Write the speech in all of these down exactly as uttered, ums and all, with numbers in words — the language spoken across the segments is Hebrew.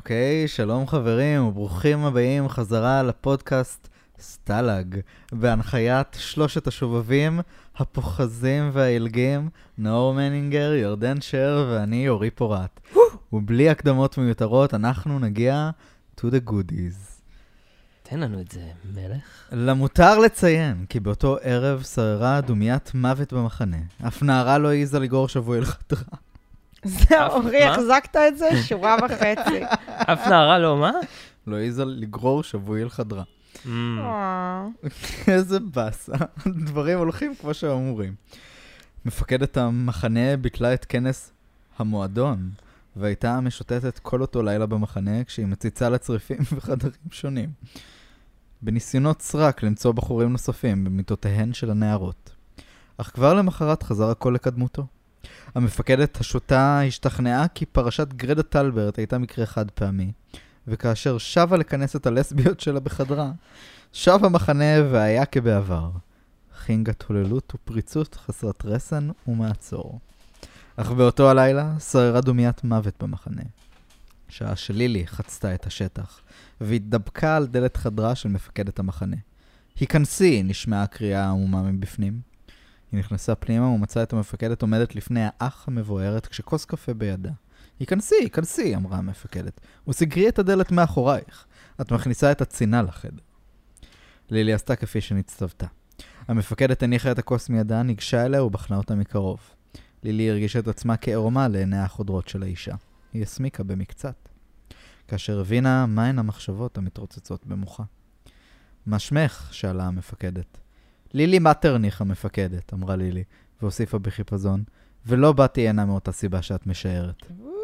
אוקיי, שלום חברים וברוכים הבאים חזרה לפודקאסט סטלג, בהנחיית שלושת השובבים, הפוחזים והילגים, נאור מנינגר, ירדן שר ואני אורי פורט. ובלי הקדמות מיותרות אנחנו נגיע to the goodies. תן לנו את זה, מלך. למותר לציין כי באותו ערב שררה דומיית מוות במחנה. אף נערה לא העיזה לגרור שבוי אל חדרה. זהו, אורי, החזקת את זה שורה וחצי. אף נערה לא, מה? לא העיזה לגרור שבוי אל חדרה. אה. איזה בסה. דברים הולכים כמו שאמורים. מפקדת המחנה ביטלה את כנס המועדון, והייתה משוטטת כל אותו לילה במחנה כשהיא מציצה לצריפים וחדרים שונים. בניסיונות סרק למצוא בחורים נוספים במיטותיהן של הנערות. אך כבר למחרת חזר הכל לקדמותו. המפקדת השוטה השתכנעה כי פרשת גרדה טלברט הייתה מקרה חד פעמי, וכאשר שבה לכנס את הלסביות שלה בחדרה, שב המחנה והיה כבעבר. חינגת הוללות ופריצות חסרת רסן ומעצור. אך באותו הלילה שררה דומיית מוות במחנה. שעה שלילי חצתה את השטח, והתדבקה על דלת חדרה של מפקדת המחנה. היכנסי, נשמעה הקריאה העמומה מבפנים. היא נכנסה פנימה ומצאה את המפקדת עומדת לפני האח המבוארת כשכוס קפה בידה. היכנסי, היכנסי, אמרה המפקדת, וסגרי את הדלת מאחורייך. את מכניסה את הצינה לחדר. לילי עשתה כפי שנצטוותה. המפקדת הניחה את הכוס מידה, ניגשה אליה ובחנה אותה מקרוב. לילי הרגישה את עצמה כערומה לעיני החודרות של האישה. היא הסמיקה במקצת. כאשר הבינה מהן המחשבות המתרוצצות במוחה. מה שמך? שאלה המפקדת. לילי מטרניך המפקדת, אמרה לילי, והוסיפה בחיפזון, ולא באתי הנה מאותה סיבה שאת משערת.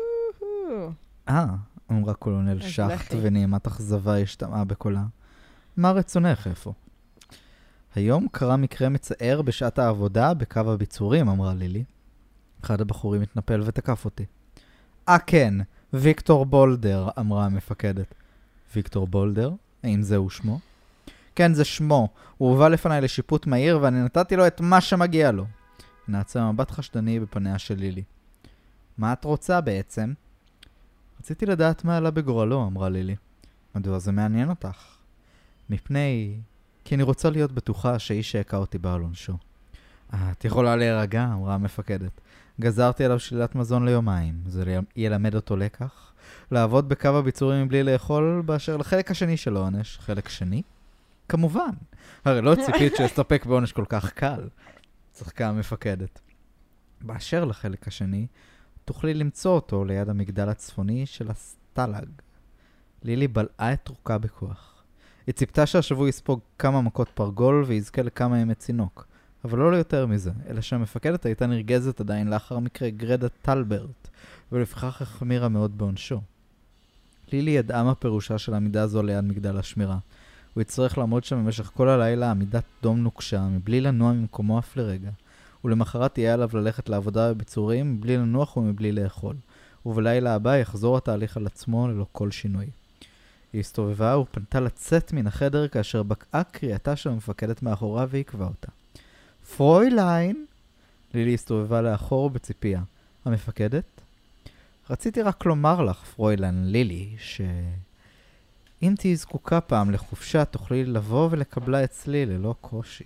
אה, אמרה קולונל שחט ונעימת אכזבה השתמעה בקולה. מה רצונך איפה? היום קרה מקרה מצער בשעת העבודה בקו הביצורים, אמרה לילי. אחד הבחורים התנפל ותקף אותי. אה כן, ויקטור בולדר, אמרה המפקדת. ויקטור בולדר? האם זהו שמו? כן, זה שמו. הוא הובא לפניי לשיפוט מהיר ואני נתתי לו את מה שמגיע לו. נעצה מבט חשדני בפניה של לילי. מה את רוצה בעצם? רציתי לדעת מה עלה בגורלו, אמרה לילי. מדוע זה מעניין אותך? מפני... כי אני רוצה להיות בטוחה שאיש שהקע אותי בעל עונשו. את יכולה להירגע, אמרה המפקדת. גזרתי עליו שלילת מזון ליומיים. זה ילמד אותו לקח. לעבוד בקו הביצורים מבלי לאכול באשר לחלק השני של העונש. חלק שני? כמובן. הרי לא ציפית שיסתפק בעונש כל כך קל. צחקה המפקדת. באשר לחלק השני, תוכלי למצוא אותו ליד המגדל הצפוני של הסטלג. לילי בלעה את רוקה בכוח. היא ציפתה שהשבוע יספוג כמה מכות פרגול ויזכה לכמה ימי צינוק. אבל לא ליותר מזה, אלא שהמפקדת הייתה נרגזת עדיין לאחר מקרה גרדה טלברט, ולפיכך החמירה מאוד בעונשו. לילי ידעה מה פירושה של עמידה זו ליד מגדל השמירה. הוא יצטרך לעמוד שם במשך כל הלילה עמידת דום נוקשה, מבלי לנוע ממקומו אף לרגע. ולמחרת תהיה עליו ללכת לעבודה בביצורים, מבלי לנוח ומבלי לאכול. ובלילה הבא יחזור התהליך על עצמו ללא כל שינוי. היא הסתובבה ופנתה לצאת מן החדר כאשר בקעה קריאתה של המפקדת מאחורה ועקבה אותה. פרויליין! לילי הסתובבה לאחור בציפייה. המפקדת? רציתי רק לומר לך, פרויליין לילי, ש... אם תהי זקוקה פעם לחופשה, תוכלי לבוא ולקבלה אצלי ללא קושי.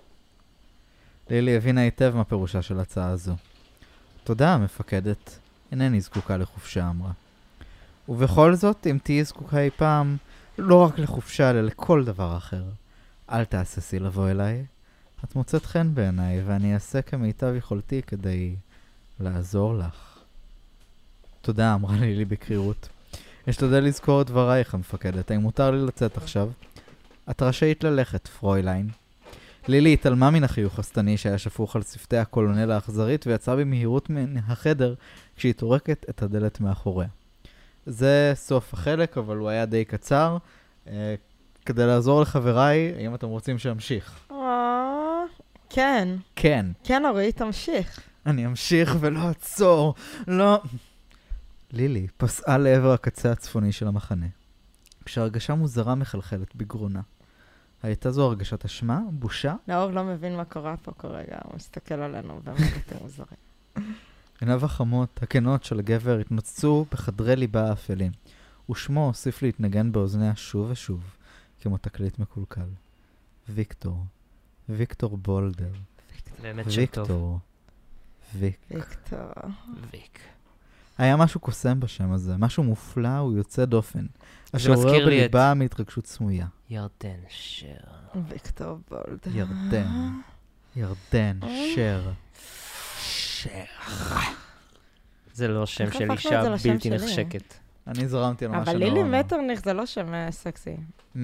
לילי הבינה היטב מה פירושה של הצעה הזו. תודה, המפקדת. אינני זקוקה לחופשה, אמרה. ובכל זאת, אם תהי זקוקה אי פעם, לא רק לחופשה, אלא לכל דבר אחר. אל תעשי לבוא אליי. את מוצאת חן בעיניי, ואני אעשה כמיטב יכולתי כדי לעזור לך. תודה, אמרה לילי בקרירות. אשתדל לזכור את דברייך, המפקדת. האם מותר לי לצאת עכשיו? את רשאית ללכת, פרויליין. לילי התעלמה מן החיוך הסתני שהיה שפוך על שפתי הקולונל האכזרית, ויצאה במהירות מן החדר כשהיא תורקת את הדלת מאחוריה. זה סוף החלק, אבל הוא היה די קצר. אה, כדי לעזור לחבריי, האם אתם רוצים שאמשיך? אה, כן. כן. כן, אורי, תמשיך. אני אמשיך ולא עצור. לא... לילי פסעה לעבר הקצה הצפוני של המחנה, כשהרגשה מוזרה מחלחלת בגרונה. הייתה זו הרגשת אשמה, בושה? נאור לא מבין מה קורה פה כרגע, הוא מסתכל עלינו במבטים מוזרים. עיניו החמות, הכנות של הגבר, התנוצצו בחדרי ליבה האפלים. ושמו הוסיף להתנגן באוזניה שוב ושוב, כמו תקליט מקולקל. ויקטור. ויקטור בולדר. באמת שם טוב. ויקטור. ויק. ויקטור. ויק. היה משהו קוסם בשם הזה, משהו מופלא, הוא יוצא דופן. זה מזכיר השעורר לי את- בליבה מהתרגשות סמויה. ירדן שר. ויקטור בולדר. ירדן. ירדן, שר. שר. זה לא שם איך של הפכנו אישה את זה לשם בלתי שלי? נחשקת. אני זרמתי על מה אבל שנורא. לילי מטרניך זה לא שם אה, סקסי.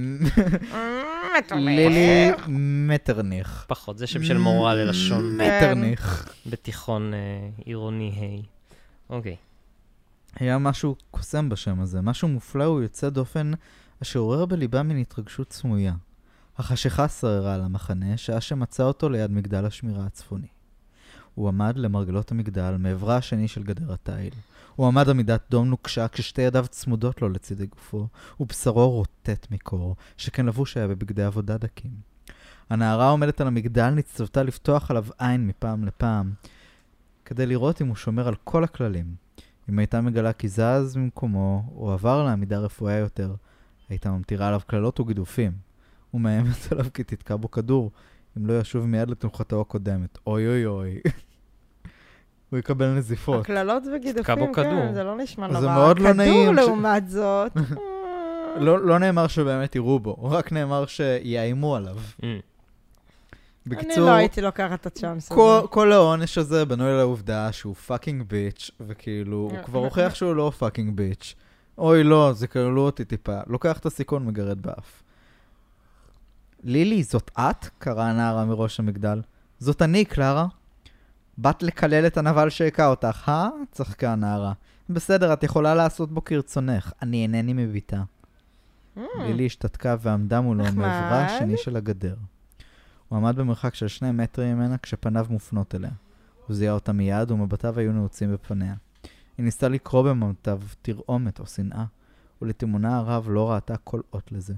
לילי מטרניך. פחות, זה שם של מורה ללשון מטרניך. בתיכון אה, עירוני ה'. אוקיי. היה משהו קוסם בשם הזה, משהו מופלא, הוא יוצא דופן, אשר עורר בליבה מן התרגשות סמויה. החשיכה שררה על המחנה, שעה שמצא אותו ליד מגדל השמירה הצפוני. הוא עמד למרגלות המגדל, מעברה השני של גדר התיל. הוא עמד עמידת דום נוקשה, כששתי ידיו צמודות לו לצידי גופו, ובשרו רוטט מקור, שכן לבוש היה בבגדי עבודה דקים. הנערה עומדת על המגדל, נצטוותה לפתוח עליו עין מפעם לפעם, כדי לראות אם הוא שומר על כל הכללים. אם הייתה מגלה כי זז ממקומו, או עבר לעמידה רפואיה יותר, הייתה ממטירה עליו כללות וגידופים. ומאיימת עליו כי תתקע בו כדור, אם לא ישוב מיד לתנוחתו הקודמת. אוי אוי אוי. הוא יקבל נזיפות. הקללות בו וגידופים, כדור. כן, זה לא נשמע נורא. זה מאוד לא נעים כדור ש- לעומת זאת. לא, לא נאמר שבאמת יראו בו, רק נאמר שיאיימו עליו. Mm. אני בקיצור, לא הייתי לוקחת את הצ'אנס כל, הזה. כל העונש הזה בנוי על העובדה שהוא פאקינג ביץ', וכאילו, הוא כבר הוכיח שהוא לא פאקינג ביץ'. אוי לא, זה קללו אותי טיפה. לוקח את הסיכון, מגרד באף. לילי, זאת את? קרא הנערה מראש המגדל. זאת אני, קלרה. באת לקלל את הנבל שהקה אותך, אה? צחקה הנערה. בסדר, את יכולה לעשות בו כרצונך. אני אינני מביטה. Mm. לילי השתתקה ועמדה מולו נחמד. מעברה השני של הגדר. הוא עמד במרחק של שני מטרים ממנה כשפניו מופנות אליה. הוא זיהה אותה מיד ומבטיו היו נעוצים בפניה. היא ניסתה לקרוא במבטיו תרעומת או שנאה, ולתימונה הרב לא ראתה כל אות לזה.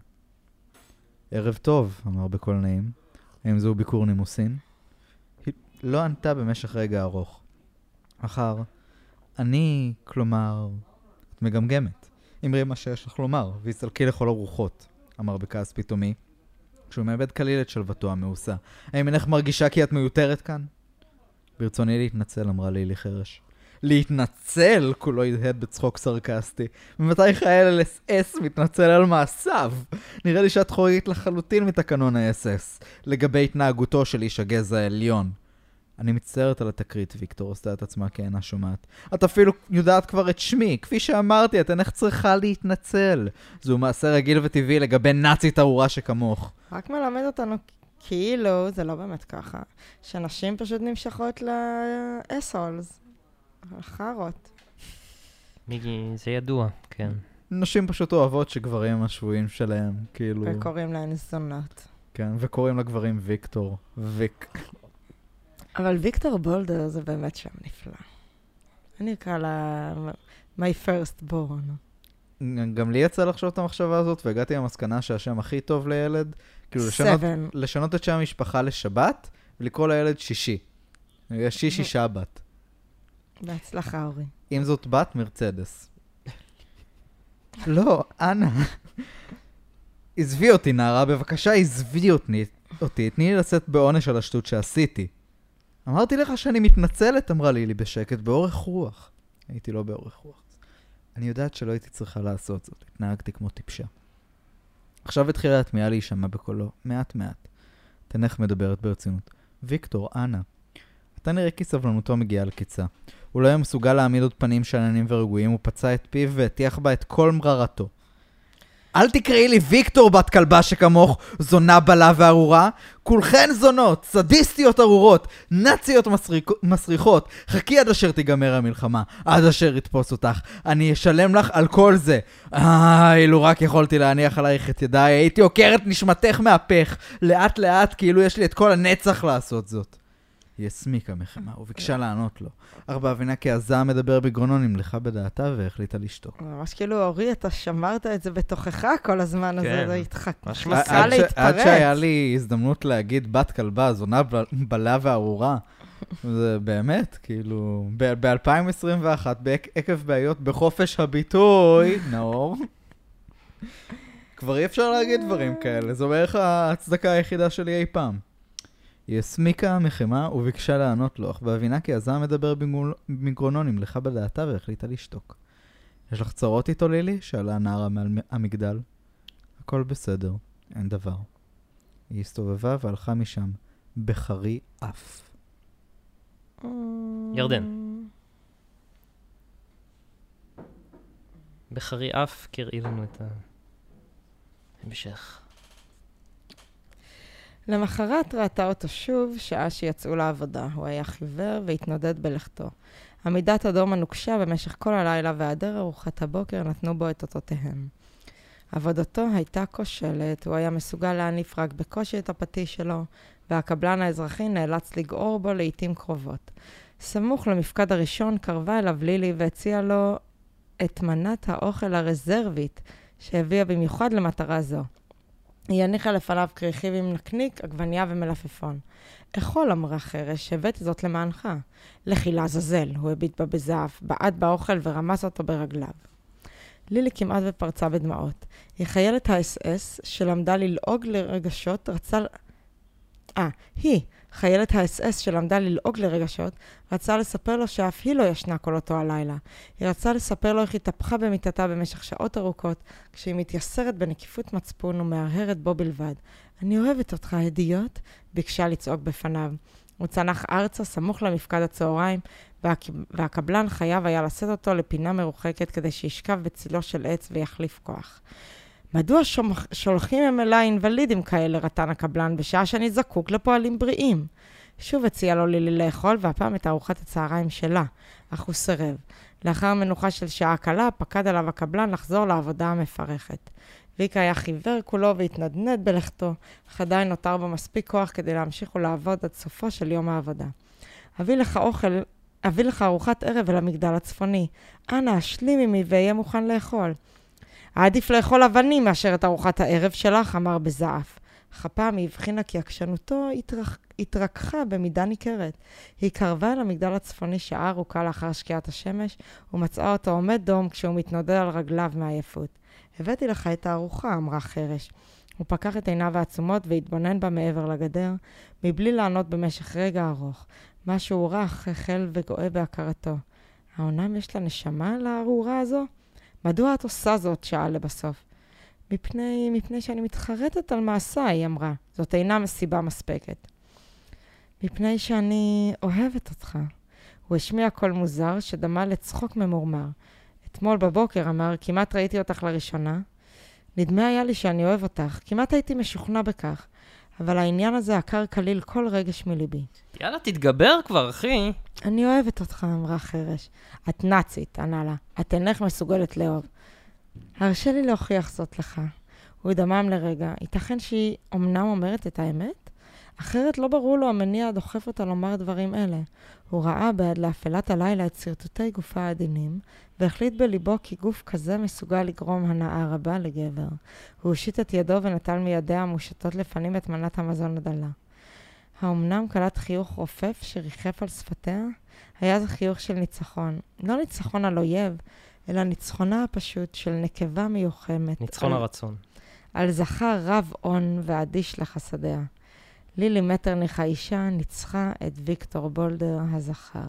ערב טוב, אמר בקול נעים. האם זהו ביקור נימוסין? היא לא ענתה במשך רגע ארוך. אחר, אני, כלומר, את מגמגמת. אמרי מה שיש לך לומר, והסתלקי לכל הרוחות, אמר בכעס פתאומי, כשהוא מאבד כליל את שלוותו המאוסה. האם אינך מרגישה כי את מיותרת כאן? ברצוני להתנצל, אמרה לילי חרש. להתנצל? כולו הדהד בצחוק סרקסטי. ממתי חייל אל-אס אס מתנצל על מעשיו? נראה לי שאת חורגת לחלוטין מתקנון ה-אס אס, לגבי התנהגותו של איש הגזע העליון. אני מצטערת על התקרית, ויקטור עשתה את עצמה כי אינה שומעת. את אפילו יודעת כבר את שמי. כפי שאמרתי, את אינך צריכה להתנצל. זהו מעשה רגיל וטבעי לגבי נאצית ארורה שכמוך. רק מלמד אותנו כאילו, זה לא באמת ככה, שנשים פשוט נמשכות לאסולס, חרות. מיגי, זה ידוע, כן. נשים פשוט אוהבות שגברים הם השבויים שלהם, כאילו... וקוראים להן זונות. כן, וקוראים לגברים ויקטור. ויק. אבל ויקטור בולדר זה באמת שם נפלא. אני אקרא לה My First Born. גם לי יצא לחשוב את המחשבה הזאת, והגעתי למסקנה שהשם הכי טוב לילד, כאילו לשנות, Seven. לשנות את שם המשפחה לשבת, ולקרוא לילד שישי. יש שישי שבת. בהצלחה, אורי. אם זאת בת, מרצדס. לא, אנה. עזבי אותי, נערה, בבקשה, עזבי אותי. אותי. תני לי לצאת בעונש על השטות שעשיתי. אמרתי לך שאני מתנצלת, אמרה לילי בשקט, באורך רוח. הייתי לא באורך רוח. אני יודעת שלא הייתי צריכה לעשות זאת. התנהגתי כמו טיפשה. עכשיו התחילה התמיהה להישמע בקולו, מעט מעט. תנך מדברת ברצינות. ויקטור, אנה. אתה נראה כי סבלנותו מגיעה לקיצה. הוא לא היה מסוגל להעמיד עוד פנים שעננים ורגועים, הוא פצע את פיו והטיח בה את כל מררתו. אל תקראי לי ויקטור בת כלבה שכמוך, זונה בלה וארורה. כולכן זונות, סדיסטיות ארורות, נאציות מסריק... מסריחות. חכי עד אשר תיגמר המלחמה, עד אשר יתפוס אותך. אני אשלם לך על כל זה. אה, אילו רק יכולתי להניח עלייך את ידיי, הייתי עוקרת נשמתך מהפך. לאט לאט כאילו יש לי את כל הנצח לעשות זאת. היא הסמיקה מחמה, וביקשה לענות לו. אך בהבינה כי הזעם מדבר בגרונו נמלכה בדעתה והחליטה לשתוק. ממש כאילו, אורי, אתה שמרת את זה בתוכך כל הזמן הזה, זה התחכה עד להתפרץ. שהיה לי הזדמנות להגיד בת כלבה, זונה בלה וארורה, זה באמת, כאילו, ב-אלפיים עשרים ואחת, עקב בעיות בחופש הביטוי, נאור, כבר אי אפשר להגיד דברים כאלה, זו בערך ההצדקה היחידה שלי אי פעם. היא הסמיקה מחימה וביקשה לענות לו, אך בהבינה כי הזעם מדבר במגרונו נמלכה בדעתה והחליטה לשתוק. יש לך צרות איתו, לילי? שאלה הנערה מעל המגדל. הכל בסדר, אין דבר. היא הסתובבה והלכה משם, בחרי אף. ירדן. בחרי אף קראי לנו את ההמשך. למחרת ראתה אותו שוב, שעה שיצאו לעבודה. הוא היה חיוור והתנודד בלכתו. עמידת הדום הנוקשה במשך כל הלילה והעדר ארוחת הבוקר נתנו בו את אותותיהם. עבודתו הייתה כושלת, הוא היה מסוגל להניף רק בקושי את הפטיש שלו, והקבלן האזרחי נאלץ לגעור בו לעתים קרובות. סמוך למפקד הראשון קרבה אליו לילי והציעה לו את מנת האוכל הרזרבית שהביאה במיוחד למטרה זו. היא הניחה לפניו כריכים עם נקניק, עגבניה ומלפפון. אכול, אמרה חרש, הבאתי זאת למענך. לכי לעזאזל, הוא הביט בה בזעף, בעט באוכל ורמס אותו ברגליו. לילי כמעט ופרצה בדמעות. היא חיילת האס אס שלמדה ללעוג לרגשות, רצה... אה, היא, חיילת האס אס שלמדה ללעוג לרגשות, רצה לספר לו שאף היא לא ישנה כל אותו הלילה. היא רצה לספר לו איך היא תפחה במיטתה במשך שעות ארוכות, כשהיא מתייסרת בנקיפות מצפון ומהרהרת בו בלבד. אני אוהבת אותך, הדיוט, ביקשה לצעוק בפניו. הוא צנח ארצה סמוך למפקד הצהריים, והקבלן חייב היה לשאת אותו לפינה מרוחקת כדי שישכב בצילו של עץ ויחליף כוח. מדוע שולחים הם אליי אינוולידים כאלה, רטן הקבלן, בשעה שאני זקוק לפועלים בריאים? שוב הציע לו לילי לאכול, והפעם את ארוחת הצהריים שלה, אך הוא סירב. לאחר מנוחה של שעה קלה, פקד עליו הקבלן לחזור לעבודה המפרכת. ויקה היה חיוור כולו והתנדנד בלכתו, אך עדיין נותר בו מספיק כוח כדי להמשיך ולעבוד עד סופו של יום העבודה. הביא לך אוכל, הביא לך ארוחת ערב אל המגדל הצפוני. אנא, השלים עמי ואהיה מוכן לאכול. עדיף לאכול אבנים מאשר את ארוחת הערב שלך, אמר בזעף. אך הפעם היא הבחינה כי עקשנותו התרח... התרככה במידה ניכרת. היא קרבה אל המגדל הצפוני שעה ארוכה לאחר שקיעת השמש, ומצאה אותו עומד דום כשהוא מתנודד על רגליו מעייפות. הבאתי לך את הארוחה, אמרה חרש. הוא פקח את עיניו העצומות והתבונן בה מעבר לגדר, מבלי לענות במשך רגע ארוך. משהו רך החל וגואה בהכרתו. העונם יש לה נשמה לארורה הזו? מדוע את עושה זאת? שאל לבסוף. מפני, מפני שאני מתחרטת על מעשה, היא אמרה. זאת אינה מסיבה מספקת. מפני שאני אוהבת אותך. הוא השמיע קול מוזר שדמה לצחוק ממורמר. אתמול בבוקר אמר, כמעט ראיתי אותך לראשונה. נדמה היה לי שאני אוהב אותך. כמעט הייתי משוכנע בכך. אבל העניין הזה עקר כליל כל רגש מליבי. יאללה, תתגבר כבר, אחי. אני אוהבת אותך, אמרה חרש. את נאצית, ענה לה. את אינך מסוגלת לאהוב. הרשה לי להוכיח זאת לך. הוא דמם לרגע. ייתכן שהיא אמנם אומרת את האמת? אחרת לא ברור לו המניע הדוחף אותה לומר דברים אלה. הוא ראה בעד לאפלת הלילה את סרטוטי גופה העדינים, והחליט בליבו כי גוף כזה מסוגל לגרום הנאה רבה לגבר. הוא הושיט את ידו ונטל מידיה המושטות לפנים את מנת המזון הדלה. האמנם קלט חיוך רופף שריחף על שפתיה? היה זה חיוך של ניצחון. לא ניצחון על אויב, אלא ניצחונה הפשוט של נקבה מיוחמת. ניצחון על, הרצון. על זכר רב עון ואדיש לחסדיה. לילי מטרניך האישה ניצחה את ויקטור בולדר הזכר.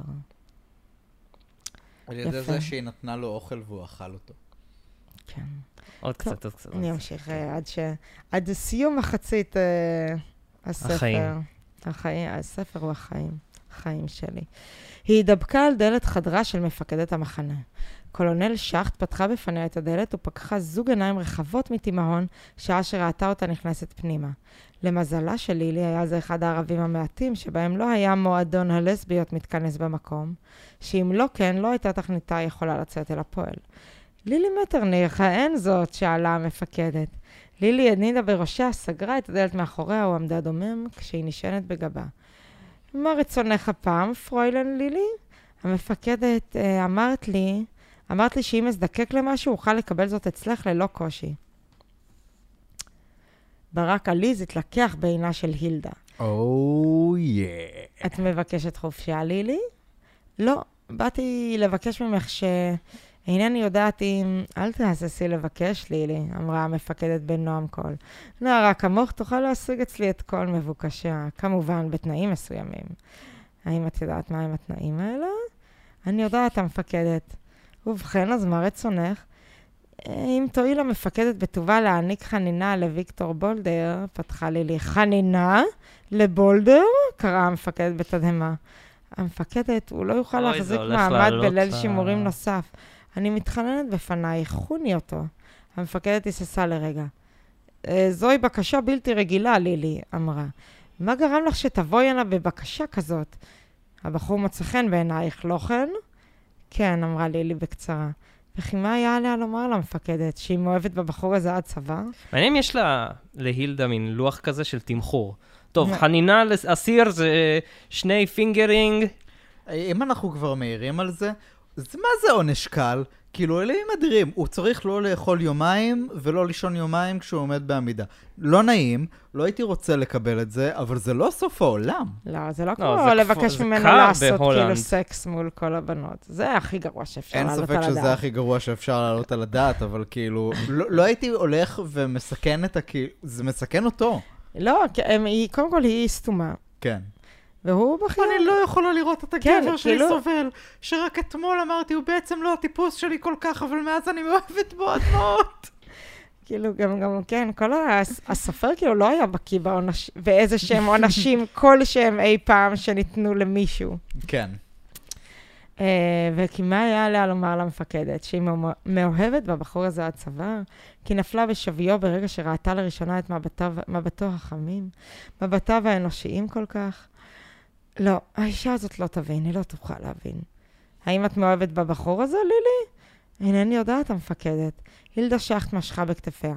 על ידי זה שהיא נתנה לו אוכל והוא אכל אותו. כן. עוד קצת, עוד קצת. אני אמשיך עד ש... עד סיום מחצית הספר. החיים. החיים. הספר הוא החיים. החיים שלי. היא דבקה על דלת חדרה של מפקדת המחנה. קולונל שחט פתחה בפניה את הדלת ופקחה זוג עיניים רחבות מתימהון, שעה שראתה אותה נכנסת פנימה. למזלה של לילי היה זה אחד הערבים המעטים שבהם לא היה מועדון הלסביות מתכנס במקום, שאם לא כן לא הייתה תכניתה יכולה לצאת אל הפועל. לילי מטרניך, אין זאת, שאלה המפקדת. לילי הנידה בראשה, סגרה את הדלת מאחוריה ועמדה דומם כשהיא נשענת בגבה. מה רצונך הפעם, פרוילן לילי? המפקדת אה, אמרת לי, אמרת לי שאם אזדקק למשהו, אוכל לקבל זאת אצלך ללא קושי. ברק עליז התלקח בעינה של הילדה. או יא. את מבקשת חופשה, לילי? לא, באתי לבקש ממך ש... אינני יודעת אם... אל תהססי לבקש, לילי, אמרה המפקדת בנועם קול. נערה כמוך תוכל להשיג אצלי את כל מבוקשה, כמובן בתנאים מסוימים. האם את יודעת מהם התנאים האלה? אני יודעת, המפקדת. ובכן, אז מה רצונך? אם תואיל המפקדת בטובה להעניק חנינה לוויקטור בולדר, פתחה לילי. חנינה? לבולדר? קראה המפקדת בתדהמה. המפקדת, הוא לא יוכל אוי, להחזיק זה הולך מעמד לעלות בליל ל- שימורים נוסף. אני מתחננת בפנייך, חוני אותו. המפקדת היססה לרגע. "אה, זוהי בקשה בלתי רגילה, לילי, אמרה. מה גרם לך שתבואי הנה בבקשה כזאת? הבחור מוצא חן בעינייך, לא כן? כן, אמרה לילי בקצרה. וכי מה היה עליה לומר למפקדת? שהיא מאוהבת בבחור הזה עד צבא? מעניין אם יש לה, להילדה מין לוח כזה של תמחור. טוב, מה? חנינה לאסיר זה שני פינגרינג. אם אנחנו כבר מעירים על זה, זה מה זה עונש קל? כאילו, אלוהים אדירים, הוא צריך לא לאכול יומיים ולא לישון יומיים כשהוא עומד בעמידה. לא נעים, לא הייתי רוצה לקבל את זה, אבל זה לא סוף העולם. לא, זה לא לא, כמו זה לבקש כפו- ממנו זה קר לעשות בהולנד. כאילו סקס מול כל הבנות. זה הכי גרוע שאפשר אין לעלות ספק על הדעת. שזה הכי גרוע שאפשר לעלות על הדעת, אבל כאילו, לא, לא הייתי הולך ומסכן את ה... כאילו, זה מסכן אותו. לא, כי הם- היא, קודם כל היא סתומה. כן. והוא בכלל... אני לא יכולה לראות את כן, הגבר שלי כאילו- סובל, שרק אתמול אמרתי, הוא בעצם לא הטיפוס שלי כל כך, אבל מאז אני מאוהבת בו עד מאוד. כאילו, גם, גם, כן, כל הס- הסופר כאילו לא היה בקיא בעונש... באיזה שהם עונשים כלשהם אי פעם שניתנו למישהו. כן. Uh, וכי מה היה עליה לומר למפקדת? שהיא מאו- מאוהבת בבחור הזה עד צוואר? כי נפלה בשוויו ברגע שראתה לראשונה את מבטיו, מבטו החמים? מבטיו האנושיים כל כך? לא, האישה הזאת לא תבין, היא לא תוכל להבין. האם את מאוהבת בבחור הזה, לילי? אינני יודעת, המפקדת. הילדה שחט משכה בכתפיה.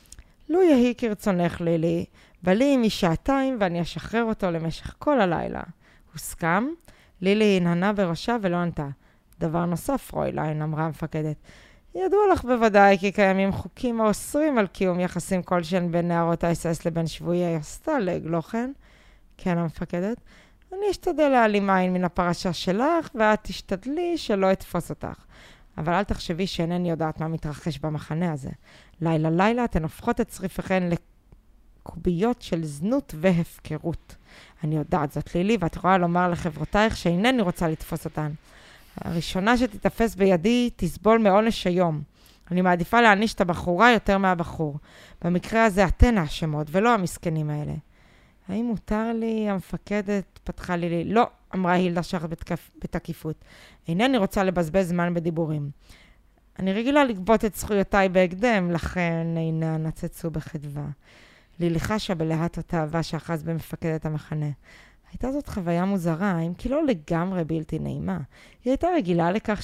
לו יהי כרצונך, לילי, בלי עמי שעתיים ואני אשחרר אותו למשך כל הלילה. הוסכם? לילי הנהנה בראשה ולא ענתה. דבר נוסף, פרויליין, אמרה המפקדת. ידוע לך בוודאי כי קיימים חוקים האוסרים על קיום יחסים כלשהם בין נערות ה-אס אס לבין שבויי הסטלג, לא כן? כן, המפקדת. אני אשתדל להעלים עין מן הפרשה שלך, ואת תשתדלי שלא אתפוס אותך. אבל אל תחשבי שאינני יודעת מה מתרחש במחנה הזה. לילה לילה אתן הופכות את צריפיכן לקוביות של זנות והפקרות. אני יודעת זאת, לילי, ואת יכולה לומר לחברותייך שאינני רוצה לתפוס אותן. הראשונה שתתפס בידי תסבול מעונש היום. אני מעדיפה להעניש את הבחורה יותר מהבחור. במקרה הזה אתן האשמות, ולא המסכנים האלה. האם מותר לי, המפקדת פתחה לילי? לא, אמרה הילדה שחט בתקף, בתקיפות. אינני רוצה לבזבז זמן בדיבורים. אני רגילה לגבות את זכויותיי בהקדם, לכן עיניה נצצו בחדווה. לילי חשה בלהט התאווה שאחז במפקדת המחנה. הייתה זאת חוויה מוזרה, אם כי לא לגמרי בלתי נעימה. היא הייתה רגילה לכך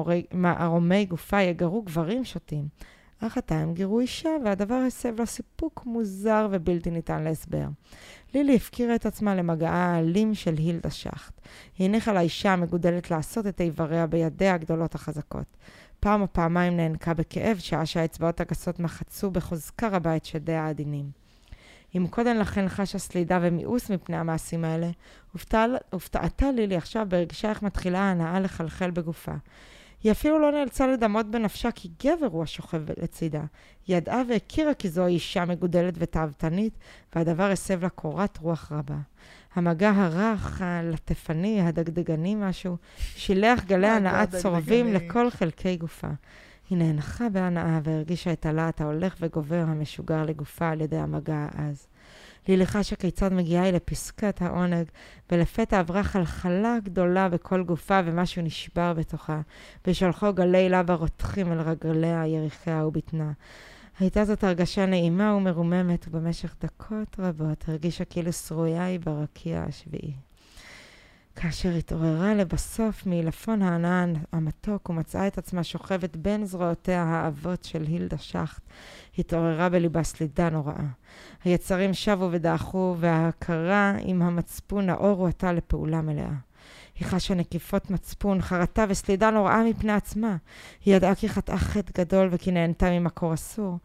שמערומי גופה יגרו גברים שוטים. אך עתה הם גירו אישה, והדבר הסב לה סיפוק מוזר ובלתי ניתן להסבר. לילי הפקירה את עצמה למגעה האלים של הילדה שחט. היא הניחה לאישה המגודלת לעשות את איבריה בידיה הגדולות החזקות. פעם או פעמיים נענקה בכאב שעה שהאצבעות הגסות מחצו בחוזקה רבה את שדי העדינים. אם קודם לכן חשה סלידה ומיאוס מפני המעשים האלה, הופתע, הופתעתה לילי עכשיו ברגשה איך מתחילה ההנאה לחלחל בגופה. היא אפילו לא נאלצה לדמות בנפשה כי גבר הוא השוכב לצידה. היא ידעה והכירה כי זו אישה מגודלת ותאוותנית, והדבר הסב לה קורת רוח רבה. המגע הרך, הלטפני, הדגדגני משהו, שילח גלי הנאה צורבים לכל חלקי גופה. היא נאנחה בהנאה והרגישה את הלהט ההולך וגובר המשוגר לגופה על ידי המגע אז. לילי חשה כיצד מגיעה היא לפסקת העונג, ולפתע עברה חלחלה גדולה בכל גופה ומשהו נשבר בתוכה, ושלחו גלי לבה רותחים על רגליה, יריחיה ובטנה. הייתה זאת הרגשה נעימה ומרוממת, ובמשך דקות רבות הרגישה כאילו שרויה היא ברקיע השביעי. כאשר התעוררה לבסוף מעילפון ההנאה המתוק ומצאה את עצמה שוכבת בין זרועותיה האבות של הילדה שחט, התעוררה בליבה סלידה נוראה. היצרים שבו ודעכו, וההכרה עם המצפון האור הועתה לפעולה מלאה. היא חשה נקיפות מצפון, חרטה וסלידה נוראה מפני עצמה. היא ידעה כי חטאה חטא גדול וכי נהנתה ממקור אסור.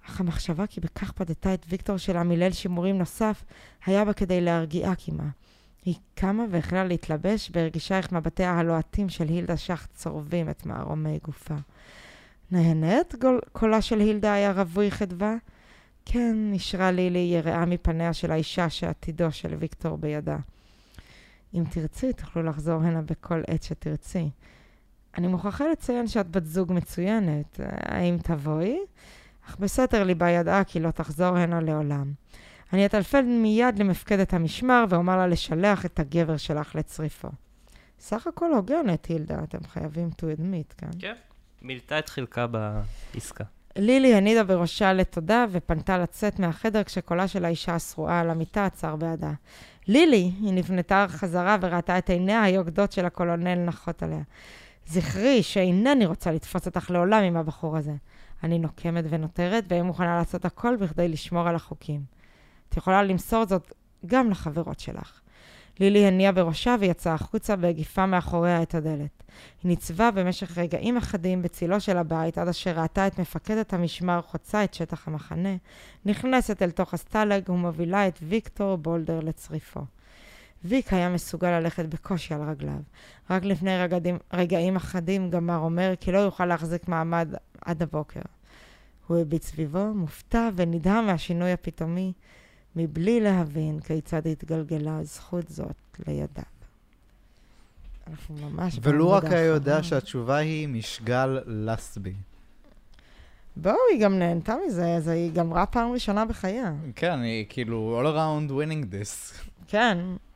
אך המחשבה כי בכך פדתה את ויקטור שלה מליל שימורים נוסף, היה בה כדי להרגיעה כמה. היא קמה והחלה להתלבש והרגישה איך מבטיה הלוהטים של הילדה שחט צורבים את מערומי גופה. נהנית? קולה של הילדה היה רווי חדווה? כן, נשרה לילי יראה מפניה של האישה שעתידו של ויקטור בידה. אם תרצי, תוכלו לחזור הנה בכל עת שתרצי. אני מוכרחה לציין שאת בת זוג מצוינת. האם תבואי? אך בסתר ליבה ידעה כי לא תחזור הנה לעולם. אני אטלפן מיד למפקדת המשמר ואומר לה לשלח את הגבר שלך לצריפו. סך הכל הוגנת, הילדה, אתם חייבים to admit, כן? כן, מילתה את חלקה בעסקה. לילי הנידה בראשה לתודה ופנתה לצאת מהחדר כשקולה של האישה השרועה על המיטה עצר בידה. לילי, היא נבנתה חזרה וראתה את עיניה היוקדות של הקולונל נחות עליה. זכרי שאינני רוצה לתפוס אותך לעולם עם הבחור הזה. אני נוקמת ונותרת והיא מוכנה לעשות הכל בכדי לשמור על החוקים. את יכולה למסור זאת גם לחברות שלך. לילי הניעה בראשה ויצאה החוצה והגיפה מאחוריה את הדלת. היא ניצבה במשך רגעים אחדים בצילו של הבית עד אשר ראתה את מפקדת המשמר חוצה את שטח המחנה, נכנסת אל תוך הסטלג ומובילה את ויקטור בולדר לצריפו. ויק היה מסוגל ללכת בקושי על רגליו. רק לפני רגעים, רגעים אחדים גמר אומר כי לא יוכל להחזיק מעמד עד הבוקר. הוא הביט סביבו, מופתע ונדהם מהשינוי הפתאומי, מבלי להבין כיצד התגלגלה זכות זאת לידיו. אנחנו ממש... ולו רק היה יודע שהתשובה היא משגל לסבי. בואו, היא גם נהנתה מזה, אז היא גמרה פעם ראשונה בחייה. כן, היא כאילו all around winning this. כן.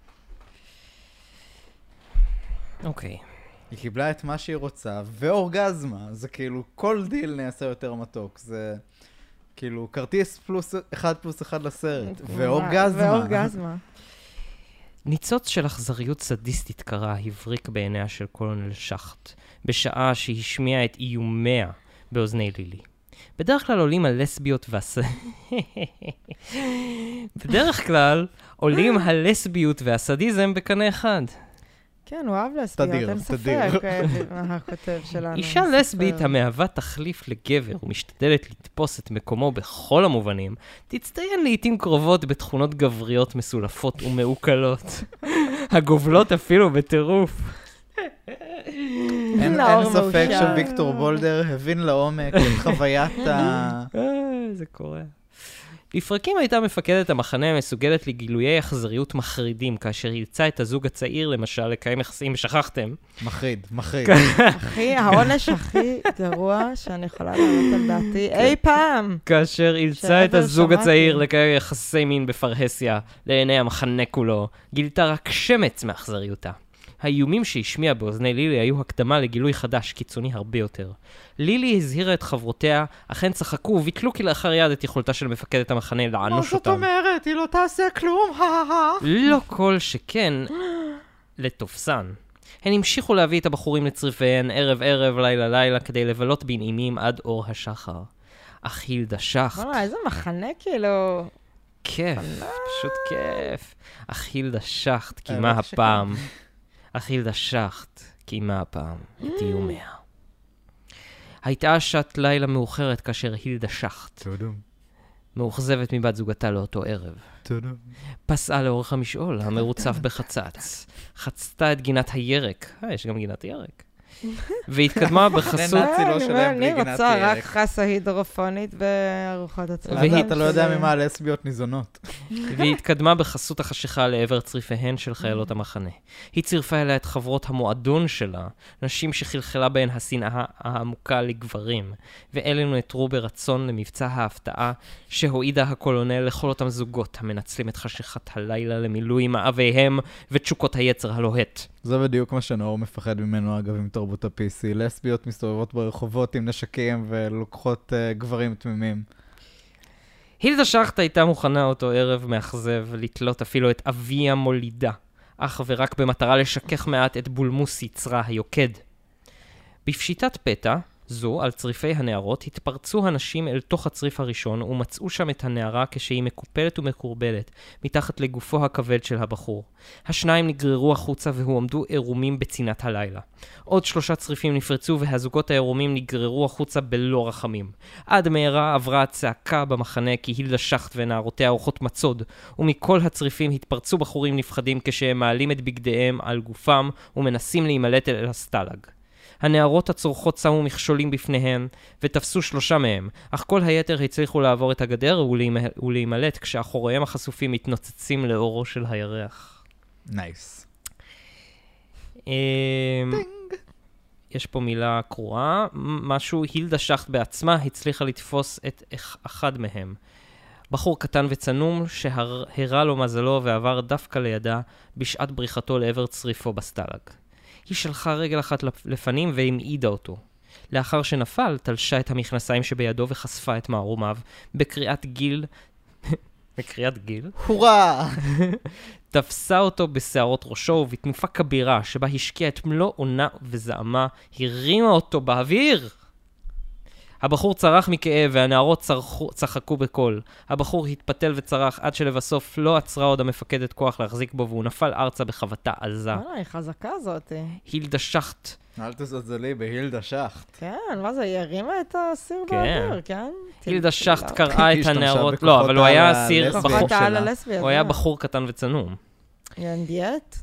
אוקיי. היא קיבלה את מה שהיא רוצה, ואורגזמה. זה כאילו, כל דיל נעשה יותר מתוק. זה כאילו, כרטיס פלוס אחד פלוס אחד לסרט. ואורגזמה. ואורגזמה. ניצוץ של אכזריות סדיסטית קרה הבריק בעיניה של קולונל שחט, בשעה שהשמיעה את איומיה באוזני לילי. בדרך כלל עולים הלסביות והס... בדרך כלל עולים הלסביות והסדיזם בקנה אחד. כן, הוא אהב לסביות, אין ספק, הכותב שלנו. אישה לסבית המהווה תחליף לגבר ומשתדלת לתפוס את מקומו בכל המובנים, תצטיין לעתים קרובות בתכונות גבריות מסולפות ומעוקלות, הגובלות אפילו בטירוף. אין ספק שוויקטור בולדר הבין לעומק את חוויית ה... זה קורה. לפרקים הייתה מפקדת המחנה המסוגלת לגילויי אכזריות מחרידים, כאשר אילצה את הזוג הצעיר, למשל, לקיים יחסים, שכחתם. מחריד, מחריד. אחי, העונש הכי גרוע שאני יכולה לענות על דעתי אי פעם. כאשר אילצה את הזוג הצעיר לקיים יחסי מין בפרהסיה, לעיני המחנה כולו, גילתה רק שמץ מאכזריותה. האיומים שהשמיע באוזני לילי היו הקדמה לגילוי חדש, קיצוני הרבה יותר. לילי הזהירה את חברותיה, אכן צחקו וביטלו כלאחר יד את יכולתה של מפקדת המחנה לענוש אותם. מה זאת אומרת? היא לא תעשה כלום, לא כל שכן לתופסן. הן המשיכו להביא את הבחורים לצריפיהן ערב ערב, לילה לילה, כדי לבלות בנעימים עד אור השחר. אך הילדה שחט... וואלה, איזה מחנה כאילו... כיף, פשוט כיף. אך הילדה שחט קיימה הפעם... אך הילדה שחט קיימה הפעם את איומיה. הייתה שעת לילה מאוחרת כאשר הילדה שחט, מאוכזבת מבת זוגתה לאותו ערב, פסעה לאורך המשעול המרוצף בחצץ, חצתה את גינת הירק, אה, יש גם גינת ירק, והתקדמה בחסות... אני רוצה רק חסה הידרופונית בארוחות הצהריים. אתה לא יודע ממה הלסביות ניזונות. והתקדמה בחסות החשיכה לעבר צריפיהן של חיילות המחנה. היא צירפה אליה את חברות המועדון שלה, נשים שחלחלה בהן השנאה העמוקה לגברים, ואלה נעתרו ברצון למבצע ההפתעה שהועידה הקולונל לכל אותם זוגות המנצלים את חשיכת הלילה למילוי מאוויהם ותשוקות היצר הלוהט. זה בדיוק מה שנאור מפחד ממנו, אגב, עם תרבות ה-פי סי. לסביות מסתובבות ברחובות עם נשקים ולוקחות uh, גברים תמימים. הילדה שחט הייתה מוכנה אותו ערב מאכזב לתלות אפילו את אבי המולידה, אך ורק במטרה לשכך מעט את בולמוס יצרה היוקד. בפשיטת פתע, זו, על צריפי הנערות, התפרצו הנשים אל תוך הצריף הראשון ומצאו שם את הנערה כשהיא מקופלת ומקורבלת, מתחת לגופו הכבד של הבחור. השניים נגררו החוצה והועמדו עירומים בצינת הלילה. עוד שלושה צריפים נפרצו והזוגות העירומים נגררו החוצה בלא רחמים. עד מהרה עברה הצעקה במחנה כי הילדה שחט ונערותיה אורחות מצוד, ומכל הצריפים התפרצו בחורים נפחדים כשהם מעלים את בגדיהם על גופם ומנסים להימלט אל הסטלג. הנערות הצורכות שמו מכשולים בפניהן ותפסו שלושה מהם, אך כל היתר הצליחו לעבור את הגדר ולהימלט כשאחוריהם החשופים מתנוצצים לאורו של הירח. נייס. יש פה מילה קרואה, משהו, הילדה שחט בעצמה הצליחה לתפוס את אחד מהם. בחור קטן וצנום שהראה לו מזלו ועבר דווקא לידה בשעת בריחתו לעבר צריפו בסטלג. היא שלחה רגל אחת לפנים והמעידה אותו. לאחר שנפל, תלשה את המכנסיים שבידו וחשפה את מערומיו, בקריאת גיל... בקריאת גיל? הוראה! תפסה אותו בשערות ראשו ובתנופה כבירה, שבה השקיעה את מלוא עונה וזעמה, הרימה אותו באוויר! הבחור צרח מכאב והנערות צרחו, צחקו בקול. הבחור התפתל וצרח עד שלבסוף לא עצרה עוד המפקדת כוח להחזיק בו והוא נפל ארצה בחבטה עזה. אה, היא חזקה זאת. הילדה שחט. אל תזלזלי בהילדה שחט. כן, מה זה, היא הרימה את הסיר באוויר, כן? הילדה שחט קראה את הנערות. לא, אבל הוא היה סיר בחור שלה. הוא היה בחור קטן וצנום. ינדיאט?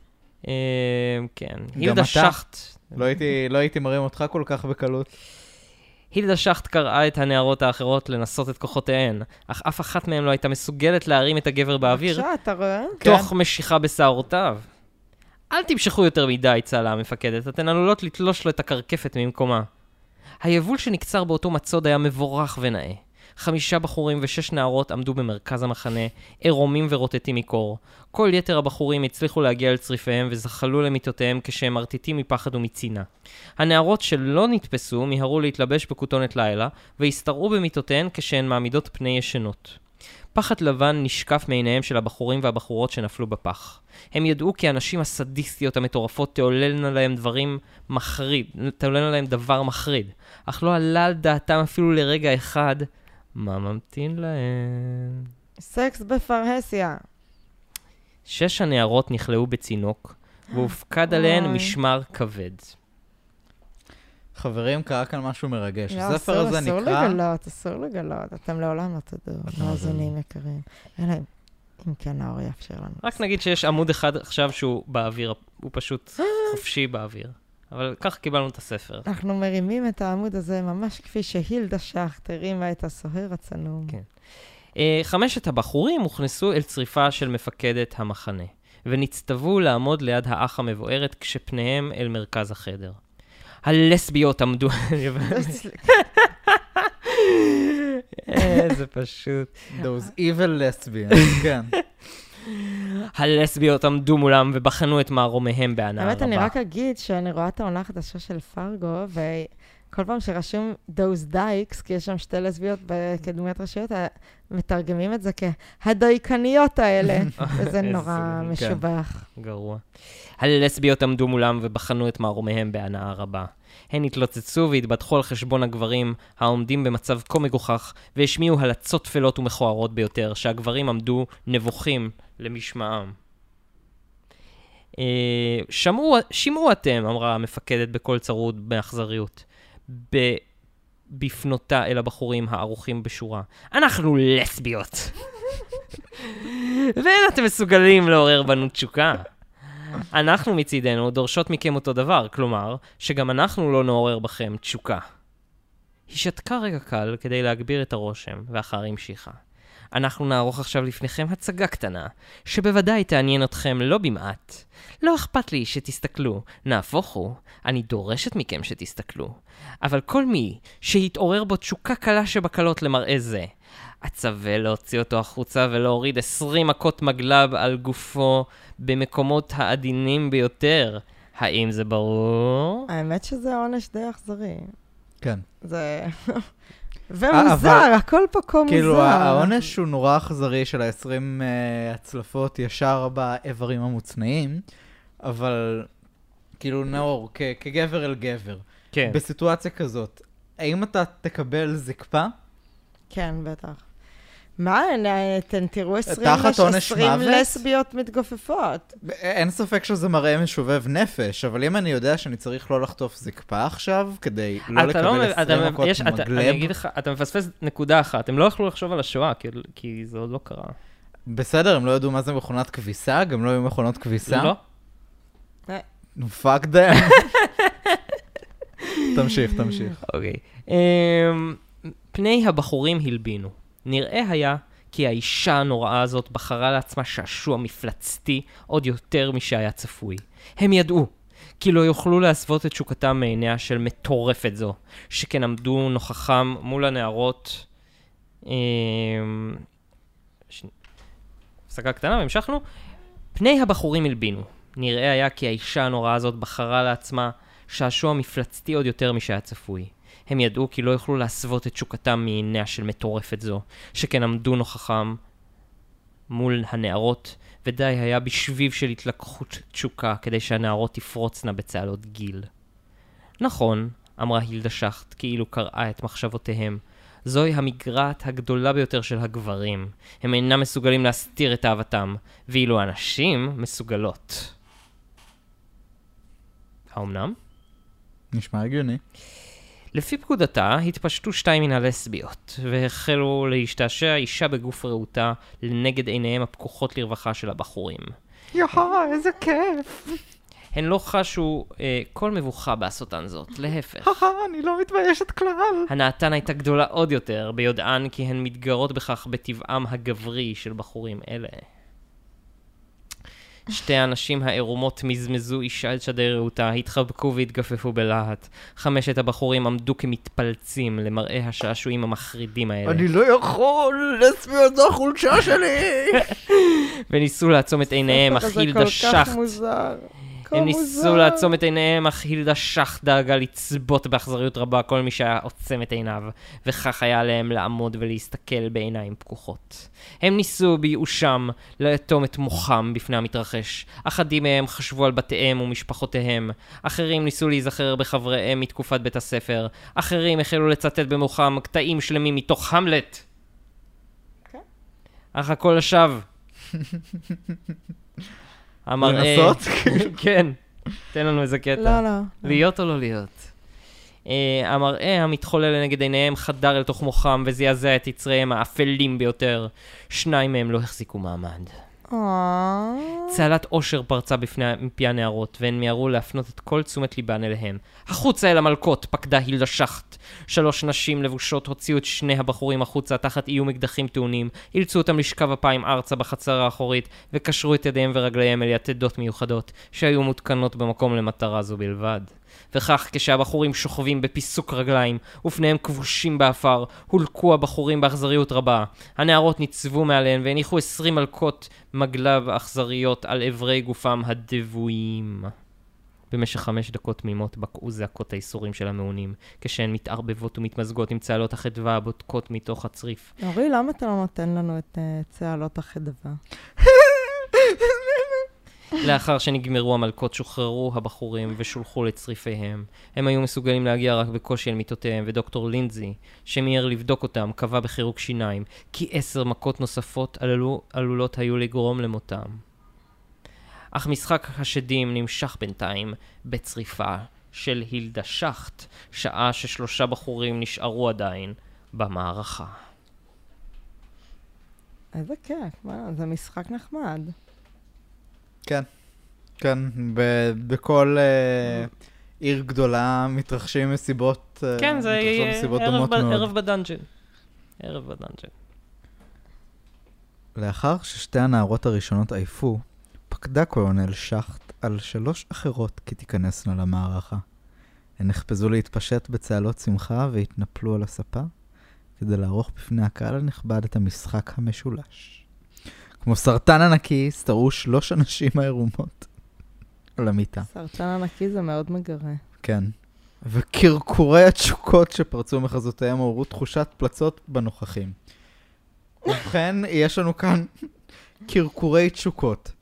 כן. הילדה שחט. לא הייתי מרים אותך כל כך בקלות. הילדה שחט קראה את הנערות האחרות לנסות את כוחותיהן, אך אף אחת מהן לא הייתה מסוגלת להרים את הגבר באוויר, בבקשה, אתה רואה? תוך כן. משיכה בשערותיו. אל תמשכו יותר מדי, צהלה המפקדת, אתן עלולות לתלוש לו את הקרקפת ממקומה. היבול שנקצר באותו מצוד היה מבורך ונאה. חמישה בחורים ושש נערות עמדו במרכז המחנה, עירומים ורוטטים מקור. כל יתר הבחורים הצליחו להגיע לצריפיהם וזחלו למיטותיהם כשהם מרטיטים מפחד ומצינה. הנערות שלא נתפסו מיהרו להתלבש בכותונת לילה והסתרעו במיטותיהן כשהן מעמידות פני ישנות. פחד לבן נשקף מעיניהם של הבחורים והבחורות שנפלו בפח. הם ידעו כי הנשים הסדיסטיות המטורפות תעוללנה להם דברים מחריד, תעוללנה להם דבר מחריד, אך לא עלה על דעתם אפילו לרגע אחד מה ממתין להם. סקס בפרהסיה. שש הנערות נכלאו בצינוק, והופקד עליהן משמר כבד. חברים, קרה כאן משהו מרגש. לא, הספר הזה אסור נקרא... לגלות, אסור לגלות. אתם לעולם לא תדעו. מאזינים יקרים. אלא אם כן האור יאפשר לנו. רק נגיד שיש עמוד אחד עכשיו שהוא באוויר, הוא פשוט חופשי באוויר. אבל כך קיבלנו את הספר. אנחנו מרימים את העמוד הזה ממש כפי שהילדה שחט הרימה את הסוהר הצנום. כן. חמשת הבחורים הוכנסו אל צריפה של מפקדת המחנה, ונצטוו לעמוד ליד האח המבוארת כשפניהם אל מרכז החדר. הלסביות עמדו... איזה פשוט. Those evil lesbians, כן. הלסביות עמדו מולם ובחנו את מערומיהם בהנאה רבה. האמת, אני רק אגיד שאני רואה את העונה החדשה של פרגו, וכל פעם שרשום those dykes, כי יש שם שתי לסביות בקדמיות ראשיות, מתרגמים את זה כהדייקניות האלה, וזה נורא משובח. גרוע. הלסביות עמדו מולם ובחנו את מערומיהם בהנאה רבה. הן התלוצצו והתבטחו על חשבון הגברים העומדים במצב כה מגוחך, והשמיעו הלצות תפלות ומכוערות ביותר, שהגברים עמדו נבוכים למשמעם. שמעו, שמעו אתם, אמרה המפקדת בקול צרוד באכזריות, בפנותה אל הבחורים הערוכים בשורה. אנחנו לסביות. ואין אתם מסוגלים לעורר בנו תשוקה. אנחנו מצידנו דורשות מכם אותו דבר, כלומר, שגם אנחנו לא נעורר בכם תשוקה. היא שתקה רגע קל כדי להגביר את הרושם, ואחר המשיכה. אנחנו נערוך עכשיו לפניכם הצגה קטנה, שבוודאי תעניין אתכם לא במעט. לא אכפת לי שתסתכלו, נהפוך הוא, אני דורשת מכם שתסתכלו. אבל כל מי שהתעורר בו תשוקה קלה שבקלות למראה זה, הצווה להוציא אותו החוצה ולהוריד עשרים מכות מגלב על גופו במקומות העדינים ביותר. האם זה ברור? האמת שזה עונש די אכזרי. כן. זה... ומוזר, הכל פה כה מוזר. כאילו, העונש הוא נורא אכזרי של ה-עשרים הצלפות ישר באיברים המוצנעים, אבל כאילו נאור, כגבר אל גבר. כן. בסיטואציה כזאת, האם אתה תקבל זקפה? כן, בטח. מה, אתם תראו תחת עונש עשרים מוות? לסביות מתגופפות. אין ספק שזה מראה משובב נפש, אבל אם אני יודע שאני צריך לא לחטוף זקפה עכשיו, כדי לא אתה לקבל לא- אתה- עשרים מכות יש- אתה- אני מגלב, אגיד לך, אתה מפספס נקודה אחת, הם לא יכלו לחשוב על השואה, כי- כי זה עוד לא קרה. בסדר, הם לא ידעו מה זה מכונת כביסה, גם לא היו מכונות כביסה. לא? פאק דם. תמשיך, תמשיך. אוקיי. אמ, פני הבחורים הלבינו. נראה היה כי האישה הנוראה הזאת בחרה לעצמה שעשוע מפלצתי עוד יותר משהיה צפוי. הם ידעו כי לא יוכלו להסוות את שוקתם מעיניה של מטורפת זו, שכן עמדו נוכחם מול הנערות. אמ, ש... הפסקה קטנה והמשכנו. פני הבחורים הלבינו. נראה היה כי האישה הנוראה הזאת בחרה לעצמה שעשוע מפלצתי עוד יותר משהיה צפוי. הם ידעו כי לא יוכלו להסוות את שוקתם מעיניה של מטורפת זו, שכן עמדו נוכחם מול הנערות, ודי היה בשביב של התלקחות תשוקה כדי שהנערות תפרוצנה בצהלות גיל. נכון, אמרה הילדה שחט, כאילו קראה את מחשבותיהם. זוהי המגרעת הגדולה ביותר של הגברים. הם אינם מסוגלים להסתיר את אהבתם, ואילו הנשים מסוגלות. האומנם? נשמע הגיוני. לפי פקודתה התפשטו שתיים מן הלסביות, והחלו להשתעשע אישה בגוף רעותה לנגד עיניהם הפקוחות לרווחה של הבחורים. יואה, איזה כיף. הן לא חשו אה, כל מבוכה בעשותן זאת, להפך. אני לא מתביישת כלל. הנעתן הייתה גדולה עוד יותר, ביודען כי הן מתגרות בכך בטבעם הגברי של בחורים אלה. שתי הנשים העירומות מזמזו אישה את שדי רעותה, התחבקו והתגפפו בלהט. חמשת הבחורים עמדו כמתפלצים למראה השעשועים המחרידים האלה. אני לא יכול, לסביות זו החולשה שלי. וניסו לעצום את עיניהם, אך הילדה שחט. זה כל כך מוזר. הם ניסו לעצום את עיניהם, אך הילדה שחט דאגה לצבות באכזריות רבה כל מי שהיה עוצם את עיניו, וכך היה עליהם לעמוד ולהסתכל בעיניים פקוחות. הם ניסו בייאושם לאטום את מוחם בפני המתרחש. אחדים מהם חשבו על בתיהם ומשפחותיהם, אחרים ניסו להיזכר בחבריהם מתקופת בית הספר, אחרים החלו לצטט במוחם קטעים שלמים מתוך המלט. כן. אך הכל לשווא. המראה... לנסות? כן, תן לנו איזה קטע. לא, לא. להיות או לא להיות? Uh, המראה המתחולל לנגד עיניהם חדר אל תוך מוחם וזעזע את יצריהם האפלים ביותר. שניים מהם לא החזיקו מעמד. צהלת אושר פרצה בפני מפי הנערות, והן מיהרו להפנות את כל תשומת ליבן אליהם. החוצה אל המלכות, פקדה הילדה שחט. שלוש נשים לבושות הוציאו את שני הבחורים החוצה תחת איום אקדחים טעונים, אילצו אותם לשכב אפיים ארצה בחצר האחורית, וקשרו את ידיהם ורגליהם אל יתדות מיוחדות, שהיו מותקנות במקום למטרה זו בלבד. וכך כשהבחורים שוכבים בפיסוק רגליים ופניהם כבושים באפר, הולקו הבחורים באכזריות רבה. הנערות ניצבו מעליהן והניחו עשרים מלכות מגלב אכזריות על עברי גופם הדבויים. במשך חמש דקות תמימות בקעו זעקות האיסורים של המעונים, כשהן מתערבבות ומתמזגות עם צהלות החדווה הבודקות מתוך הצריף. אורי, למה אתה לא נותן לנו את uh, צהלות החדווה? לאחר שנגמרו המלכות שוחררו הבחורים ושולחו לצריפיהם. הם היו מסוגלים להגיע רק בקושי אל מיטותיהם, ודוקטור לינדזי, שמיהר לבדוק אותם, קבע בחירוק שיניים, כי עשר מכות נוספות עלולו, עלולות היו לגרום למותם. אך משחק השדים נמשך בינתיים בצריפה של הילדה שחט, שעה ששלושה בחורים נשארו עדיין במערכה. איזה כיף, מה? זה משחק נחמד. כן, כן, ב- בכל uh, עיר גדולה מתרחשים מסיבות, uh, כן, זה מתרחשות מסיבות ערב, דומות ב- מאוד. ערב בדנג'ן. ערב בדנג'ן. לאחר ששתי הנערות הראשונות עייפו, פקדה קולונל שחט על שלוש אחרות כי תיכנסנה למערכה. הן נחפזו להתפשט בצהלות שמחה והתנפלו על הספה, כדי לערוך בפני הקהל הנכבד את המשחק המשולש. כמו סרטן ענקי, סתרו שלוש אנשים העירומות על המיטה. סרטן ענקי זה מאוד מגרה. כן. וקרקורי התשוקות שפרצו מחזותיהם עוררו תחושת פלצות בנוכחים. ובכן, יש לנו כאן קרקורי תשוקות.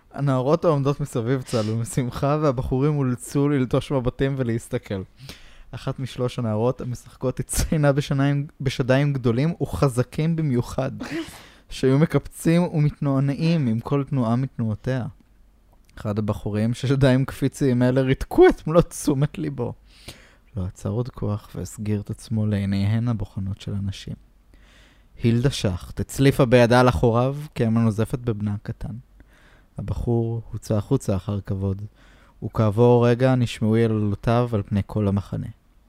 הנערות העומדות מסביב צלו משמחה, והבחורים אולצו ללטוש מבטים ולהסתכל. אחת משלוש הנערות המשחקות הציינה בשניים, בשדיים גדולים וחזקים במיוחד, שהיו מקפצים ומתנוענעים עם כל תנועה מתנועותיה. אחד הבחורים ששדיים קפיציים אלה ריתקו את מלוא תשומת ליבו. לא עצר עוד כוח והסגיר את עצמו לעיניהן הבוחנות של אנשים. הילדה שחט הצליפה בידה על אחוריו כאמה נוזפת בבנה הקטן. הבחור הוצא החוצה אחר כבוד, וכעבור רגע נשמעו יללותיו על פני כל המחנה.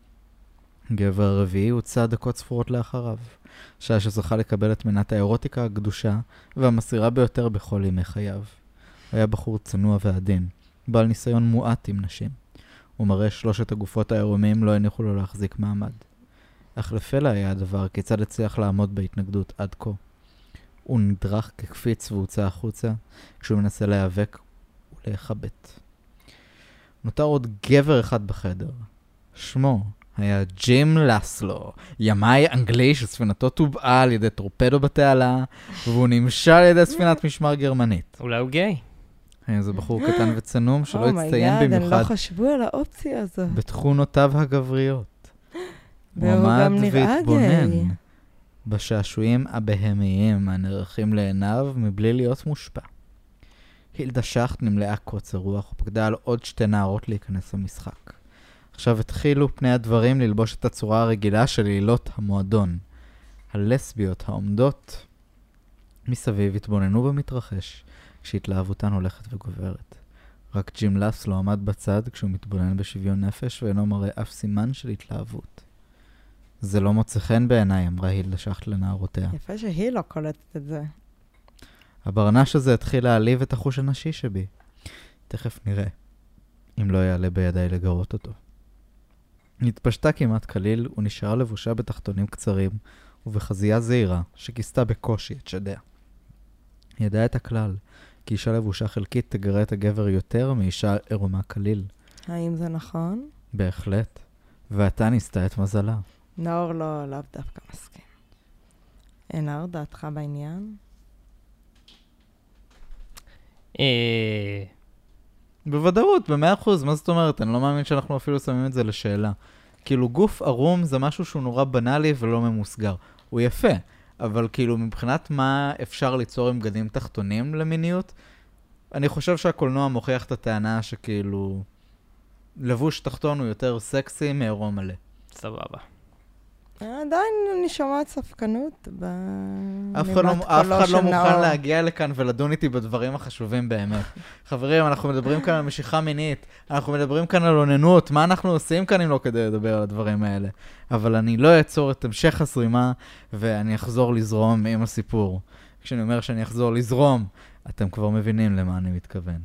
גבר הרביעי הוצא דקות ספורות לאחריו, שעה שזכה לקבל את מנת האירוטיקה הקדושה והמסירה ביותר בכל ימי חייו. היה בחור צנוע ועדין, בעל ניסיון מועט עם נשים. ומראה שלושת הגופות העירומים לא הניחו לו להחזיק מעמד. אך לפלא היה הדבר כיצד הצליח לעמוד בהתנגדות עד כה. הוא נדרך כקפיץ והוצא החוצה, כשהוא מנסה להיאבק ולהחבט. נותר עוד גבר אחד בחדר. שמו היה ג'ים לסלו, ימאי אנגלי שספינתו טובעה על ידי טורפדו בתעלה, והוא נמשל על ידי ספינת משמר גרמנית. אולי הוא גיי. זה בחור קטן וצנום שלא Oh my הצטיין God, במיוחד הם לא חשבו על האופציה הזו. בתכונותיו הגבריות. והוא גם נראה גיי. בשעשועים הבהמיים הנערכים לעיניו מבלי להיות מושפע. הילדה שחט נמלאה קוצר רוח ופקדה על עוד שתי נערות להיכנס למשחק. עכשיו התחילו פני הדברים ללבוש את הצורה הרגילה של לילות המועדון. הלסביות העומדות מסביב התבוננו במתרחש, כשהתלהבותן הולכת וגוברת. רק ג'ים לסלו עמד בצד כשהוא מתבונן בשוויון נפש ואינו מראה אף סימן של התלהבות. זה לא מוצא חן בעיניי, אמרה הילדה שחט לנערותיה. יפה שהיא לא קולטת את זה. הברנש הזה התחיל להעליב את החוש הנשי שבי. תכף נראה, אם לא יעלה בידיי לגרות אותו. נתפשטה כמעט כליל ונשארה לבושה בתחתונים קצרים ובחזייה זהירה שכיסתה בקושי את שדיה. ידעה את הכלל, כי אישה לבושה חלקית תגרה את הגבר יותר מאישה עירומה כליל. האם זה נכון? בהחלט. ואתה ניסתה את מזלה. נאור לא, לאו דווקא מסכים. אין נאור, דעתך בעניין? אה... בוודאות, במאה אחוז, מה זאת אומרת? אני לא מאמין שאנחנו אפילו שמים את זה לשאלה. כאילו גוף ערום זה משהו שהוא נורא בנאלי ולא ממוסגר. הוא יפה, אבל כאילו מבחינת מה אפשר ליצור עם בגדים תחתונים למיניות, אני חושב שהקולנוע מוכיח את הטענה שכאילו לבוש תחתון הוא יותר סקסי מעירום מלא. סבבה. עדיין אני שומעת ספקנות אף אחד לא, אף אחד לא מוכן להגיע לכאן ולדון איתי בדברים החשובים באמת. חברים, אנחנו מדברים כאן על משיכה מינית, אנחנו מדברים כאן על עוננות, מה אנחנו עושים כאן אם לא כדי לדבר על הדברים האלה? אבל אני לא אעצור את המשך הסרימה ואני אחזור לזרום עם הסיפור. כשאני אומר שאני אחזור לזרום, אתם כבר מבינים למה אני מתכוון.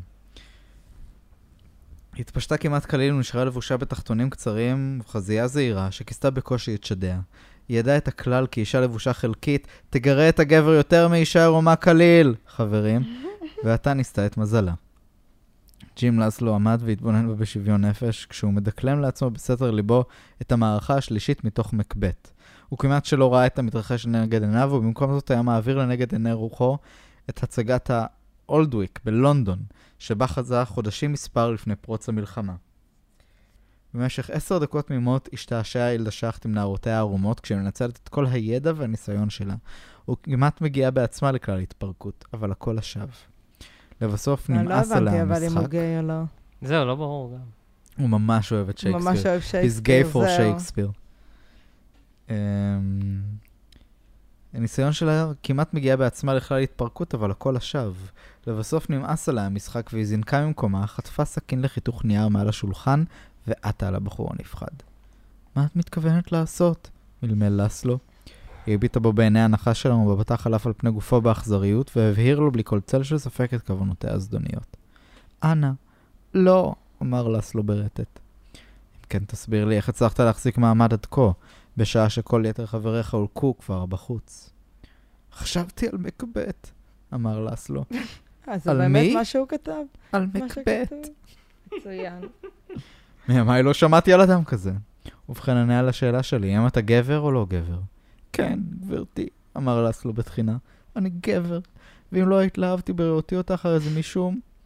התפשטה כמעט כליל ונשארה לבושה בתחתונים קצרים וחזייה זהירה שכיסתה בקושי את שדיה. היא ידעה את הכלל כי אישה לבושה חלקית תגרה את הגבר יותר מאישה עירומה כליל, חברים, ואתה ניסתה את מזלה. ג'ים לסלו עמד והתבונן בה בשוויון נפש כשהוא מדקלם לעצמו בסתר ליבו את המערכה השלישית מתוך מקבט. הוא כמעט שלא ראה את המתרחש לנגד עיניו ובמקום זאת היה מעביר לנגד עיני רוחו את הצגת האולדוויק בלונדון, שבה חזה חודשים מספר לפני פרוץ המלחמה. במשך עשר דקות תמימות השתעשעה הילדה שחט עם נערותיה הערומות כשהיא מנצלת את כל הידע והניסיון שלה. הוא כמעט מגיע בעצמה לכלל התפרקות, אבל הכל השב. לבסוף נמאס עליה המשחק. לא הבנתי, אבל אם הוא גיי או לא. זהו, לא ברור גם. הוא ממש אוהב את שייקספיר. הוא ממש אוהב שייקספיר, He's gay for שייקספיר. הניסיון שלה כמעט מגיע בעצמה לכלל התפרקות, אבל הכל השב. לבסוף נמאס עליה המשחק והיא זינקה ממקומה, חטפה סכין לחיתוך נייר מעל השולחן ועטה על הבחור הנפחד. מה את מתכוונת לעשות? מלמל לסלו. היא הביטה בו בעיני הנחש שלו ובבטה חלף על פני גופו באכזריות והבהיר לו בלי כל צל של ספק את כוונותיה הזדוניות. אנה, לא, אמר לסלו ברטט. אם כן תסביר לי איך הצלחת להחזיק מעמד עד כה, בשעה שכל יתר חבריך הולקו כבר בחוץ. חשבתי על מקבט, אמר לסלו. אז זה באמת מה שהוא כתב? על מקבט. מצוין. מימיי לא שמעתי על אדם כזה. ובכן ענה על השאלה שלי, אם אתה גבר או לא גבר? כן, גברתי, אמר לסלו בתחינה. אני גבר, ואם לא התלהבתי בראותי אותך הרי זה משום...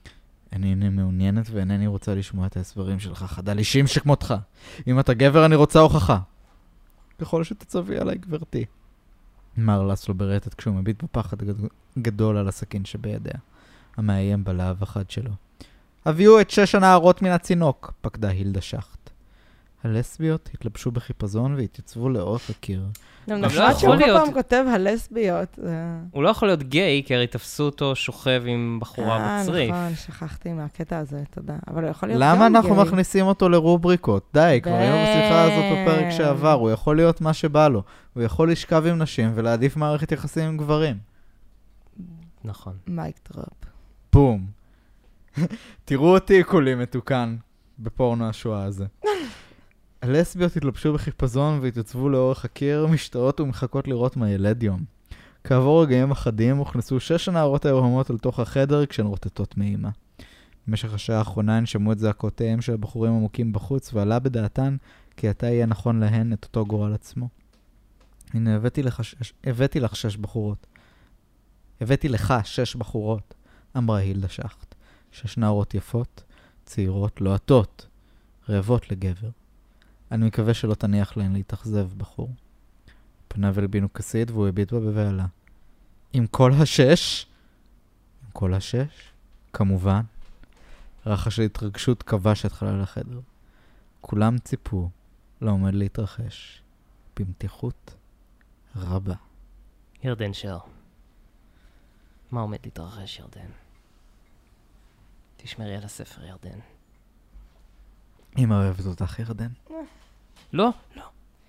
אינני מעוניינת ואינני רוצה לשמוע את ההסברים שלך, חדל אישים שכמותך. אם אתה גבר, אני רוצה הוכחה. ככל שתצווי עליי, גברתי. אמר לסלו ברטט כשהוא מביט בפחד גדול על הסכין שבידיה, המאיים בלהב החד שלו. הביאו את שש הנערות מן הצינוק, פקדה הילדה שחט. הלסביות התלבשו בחיפזון והתייצבו לאורך הקיר. גם נשמעת שהוא כל פעם כותב הלסביות. הוא לא יכול להיות גיי, כי הרי תפסו אותו שוכב עם בחורה בצריף. אה, נכון, שכחתי מהקטע הזה, תודה. אבל הוא יכול להיות גם גיי. למה אנחנו מכניסים אותו לרובריקות? די, כבר היום בשיחה הזאת בפרק שעבר, הוא יכול להיות מה שבא לו. הוא יכול לשכב עם נשים ולהעדיף מערכת יחסים עם גברים. נכון. מייק דרופ. בום. תראו אותי כולי מתוקן בפורנו השואה הזה. הלסביות התלבשו בחיפזון והתייצבו לאורך הקיר, משתאות ומחכות לראות מה ילד יום. כעבור רגעים אחדים הוכנסו שש הנערות הירומות אל תוך החדר כשהן רוטטות מאימא. במשך השעה האחרונה הן שמעו את זעקותיהם של הבחורים עמוקים בחוץ ועלה בדעתן כי עתה יהיה נכון להן את אותו גורל עצמו. הנה, הבאתי לך שש, הבאתי לך שש בחורות. הבאתי לך שש בחורות, אמרה הילדה שחט. שש נערות יפות, צעירות, לוהטות, רעבות לגבר. אני מקווה שלא תניח להן להתאכזב, בחור. פניו הלבינו כסית והוא הביט בה בבעלה. עם כל השש? עם כל השש? כמובן. רחש של התרגשות כבש את חלל החדר. כולם ציפו לעומד להתרחש. במתיחות רבה. ירדן שר. מה עומד להתרחש, ירדן? תשמרי על הספר, ירדן. אמא אוהבת אותך, ירדן? לא, לא.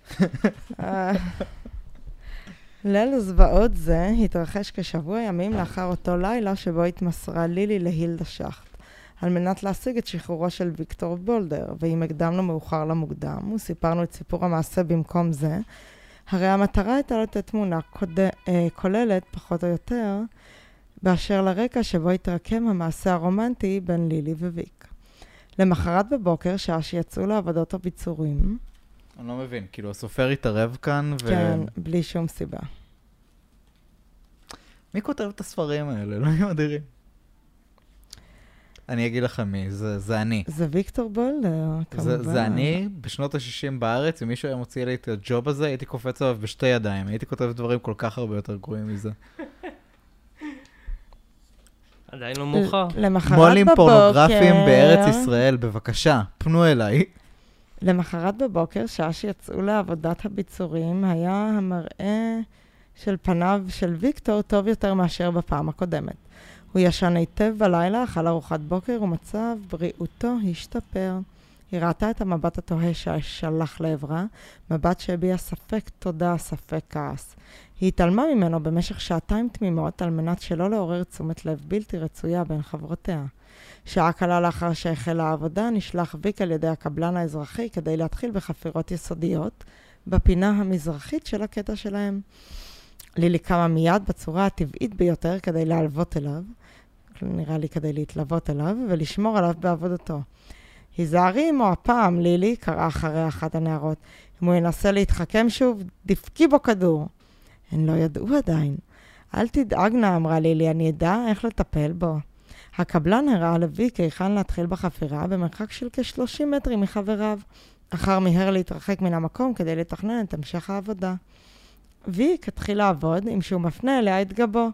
ליל זוועות זה התרחש כשבוע ימים לאחר אותו לילה שבו התמסרה לילי להילדה שחט, על מנת להשיג את שחרורו של ויקטור בולדר, ואם הקדמנו מאוחר למוקדם, וסיפרנו את סיפור המעשה במקום זה, הרי המטרה הייתה לתת תמונה קוד... אה, כוללת, פחות או יותר, באשר לרקע שבו התרקם המעשה הרומנטי בין לילי וויק. למחרת בבוקר, שעה שיצאו לעבודות הביצורים, אני לא מבין, כאילו הסופר התערב כאן ו... כן, בלי שום סיבה. מי כותב את הספרים האלה? לא יהיו אדירים. אני אגיד לך מי, זה, זה אני. זה ויקטור בולדר, כמובן. זה, זה אני, בשנות ה-שישים בארץ, אם מישהו היה מוציא לי את הג'וב הזה, הייתי קופץ עליו בשתי ידיים. הייתי כותב דברים כל כך הרבה יותר גרועים מזה. עדיין לא מאוחר. למחרת מולים בבוקר... פורנוגרפיים בארץ ישראל, בבקשה, פנו אליי. למחרת בבוקר, שעה שיצאו לעבודת הביצורים, היה המראה של פניו של ויקטור טוב יותר מאשר בפעם הקודמת. הוא ישן היטב בלילה, אכל ארוחת בוקר ומצב בריאותו השתפר. היא ראתה את המבט התוהה ששלח לעברה, מבט שהביע ספק תודה, ספק כעס. היא התעלמה ממנו במשך שעתיים תמימות על מנת שלא לעורר תשומת לב בלתי רצויה בין חברותיה. שעה קלה לאחר שהחלה העבודה, נשלח ויק על ידי הקבלן האזרחי כדי להתחיל בחפירות יסודיות בפינה המזרחית של הקטע שלהם. לילי קמה מיד בצורה הטבעית ביותר כדי להלוות אליו, נראה לי כדי להתלוות אליו, ולשמור עליו בעבודתו. היזהרי עמו הפעם, לילי, קראה אחרי אחת הנערות. אם הוא ינסה להתחכם שוב, דפקי בו כדור. הן לא ידעו עדיין. אל תדאגנה, אמרה לילי, אני אדע איך לטפל בו. הקבלן הראה לויק היכן להתחיל בחפירה במרחק של כ-שלושים מטרים מחבריו, אחר מהר להתרחק מן המקום כדי לתכנן את המשך העבודה. ויק התחיל לעבוד עם שהוא מפנה אליה את גבו.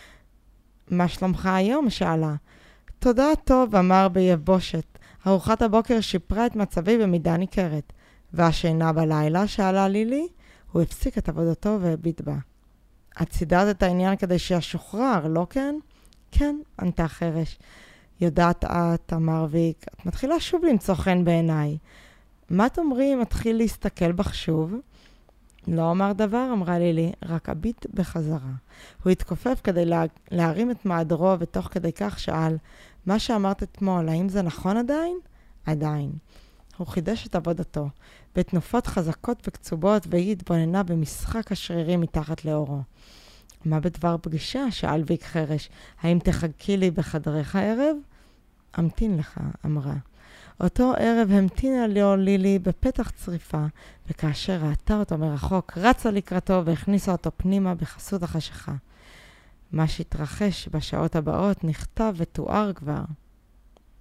מה שלומך היום? שאלה. תודה טוב, אמר ביבושת. ארוחת הבוקר שיפרה את מצבי במידה ניכרת. והשינה בלילה, שאלה לילי, הוא הפסיק את עבודתו והביט בה. את סידרת את העניין כדי שישוחרר, לא כן? כן, ענתה חרש. יודעת את, אמר ויק, את מתחילה שוב למצוא חן בעיניי. מה תאמרי אם מתחיל להסתכל בך שוב? לא אמר דבר, אמרה לילי, רק הביט בחזרה. הוא התכופף כדי לה... להרים את מעדרו, ותוך כדי כך שאל, מה שאמרת אתמול, האם זה נכון עדיין? עדיין. הוא חידש את עבודתו, בתנופות חזקות וקצובות, והיא התבוננה במשחק השרירים מתחת לאורו. מה בדבר פגישה? שאל ויק חרש. האם תחכי לי בחדרך הערב? אמתין לך, אמרה. אותו ערב המתינה לו לילי בפתח צריפה, וכאשר ראתה אותו מרחוק, רצה לקראתו והכניסה אותו פנימה בחסות החשיכה. מה שהתרחש בשעות הבאות נכתב ותואר כבר.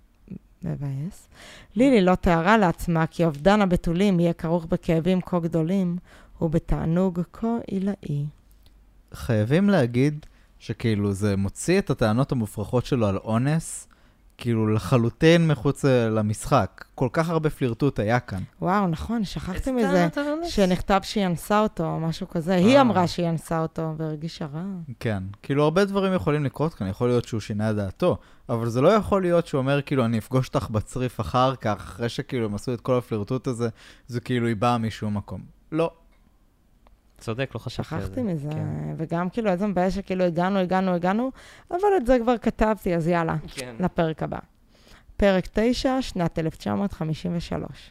מבאס. לילי לא תיארה לעצמה כי אובדן הבתולים יהיה כרוך בכאבים כה גדולים ובתענוג כה עילאי. חייבים להגיד שכאילו זה מוציא את הטענות המופרכות שלו על אונס, כאילו לחלוטין מחוץ למשחק. כל כך הרבה פלירטוט היה כאן. וואו, נכון, שכחתי מזה שנכתב שהיא אנסה אותו או משהו כזה. היא אמרה שהיא אנסה אותו והרגישה רע. כן, כאילו הרבה דברים יכולים לקרות כאן. יכול להיות שהוא שינה את דעתו, אבל זה לא יכול להיות שהוא אומר כאילו אני אפגוש אותך בצריף אחר כך, אחרי שכאילו הם עשו את כל הפלירטוט הזה, זה כאילו היא באה משום מקום. לא. צודק, לא חשבתי על זה. שכחתי מזה, וגם כאילו איזה מבאס שכאילו הגענו, הגענו, הגענו, אבל את זה כבר כתבתי, אז יאללה, לפרק הבא. פרק תשע, שנת אלף תשע מאות חמישים ושלוש.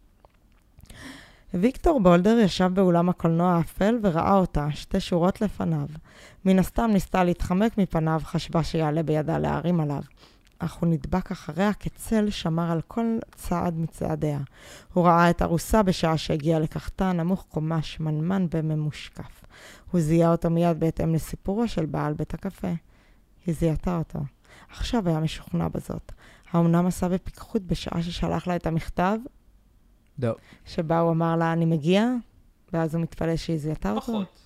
ויקטור בולדר ישב באולם הקולנוע האפל וראה אותה, שתי שורות לפניו. מן הסתם ניסתה להתחמק מפניו, חשבה שיעלה בידה להרים עליו. אך הוא נדבק אחריה כצל שמר על כל צעד מצעדיה. הוא ראה את הרוסה בשעה שהגיע לקחתה, נמוך קומה, שמנמן בממושקף. הוא זיהה אותו מיד בהתאם לסיפורו של בעל בית הקפה. היא זיהתה אותו. עכשיו היה משוכנע בזאת. האמנם עשה בפיקחות בשעה ששלח לה את המכתב? לא. שבה הוא אמר לה, אני מגיע? ואז הוא מתפלא שהיא זיהתה אותו? פחות.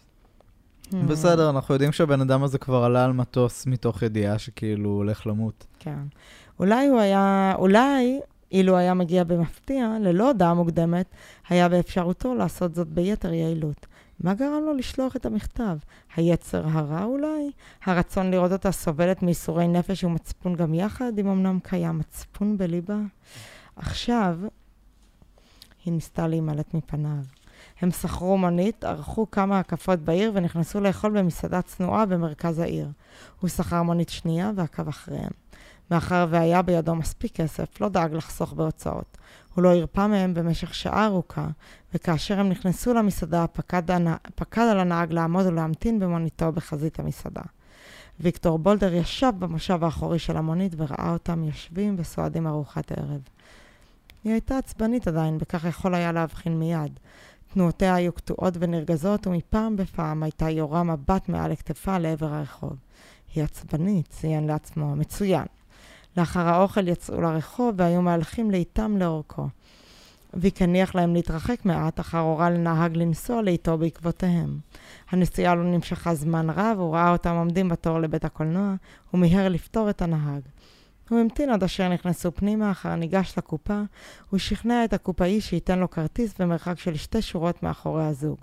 בסדר, אנחנו יודעים שהבן אדם הזה כבר עלה על מטוס מתוך ידיעה שכאילו הוא הולך למות. כן. אולי הוא היה, אולי, אילו היה מגיע במפתיע, ללא הודעה מוקדמת, היה באפשרותו לעשות זאת ביתר יעילות. מה גרם לו לשלוח את המכתב? היצר הרע אולי? הרצון לראות אותה סובלת מייסורי נפש ומצפון גם יחד, אם אמנם קיים מצפון בליבה? עכשיו, היא ניסתה להימלט מפניו. הם שכרו מונית, ערכו כמה הקפות בעיר ונכנסו לאכול במסעדה צנועה במרכז העיר. הוא שכר מונית שנייה ועקב אחריהם. מאחר והיה בידו מספיק כסף, לא דאג לחסוך בהוצאות. הוא לא הרפא מהם במשך שעה ארוכה, וכאשר הם נכנסו למסעדה, פקד, הנ... פקד על הנהג לעמוד ולהמתין במוניתו בחזית המסעדה. ויקטור בולדר ישב במושב האחורי של המונית וראה אותם יושבים וסועדים ארוחת ערב. היא הייתה עצבנית עדיין, וכך יכול היה להבחין מיד. תנועותיה היו קטועות ונרגזות, ומפעם בפעם הייתה יורה מבט מעל הכתפה לעבר הרחוב. היא עצבנית, ציין לעצמו, מצוין. לאחר האוכל יצאו לרחוב והיו מהלכים לאיתם לאורכו. ויק הניח להם להתרחק מעט, אחר הורה לנהג לנסוע לאיתו בעקבותיהם. הנסיעה לא נמשכה זמן רב, הוא ראה אותם עומדים בתור לבית הקולנוע, ומיהר לפתור את הנהג. הוא המתין עד אשר נכנסו פנימה, אחר ניגש לקופה, הוא שכנע את הקופאי שייתן לו כרטיס במרחק של שתי שורות מאחורי הזוג.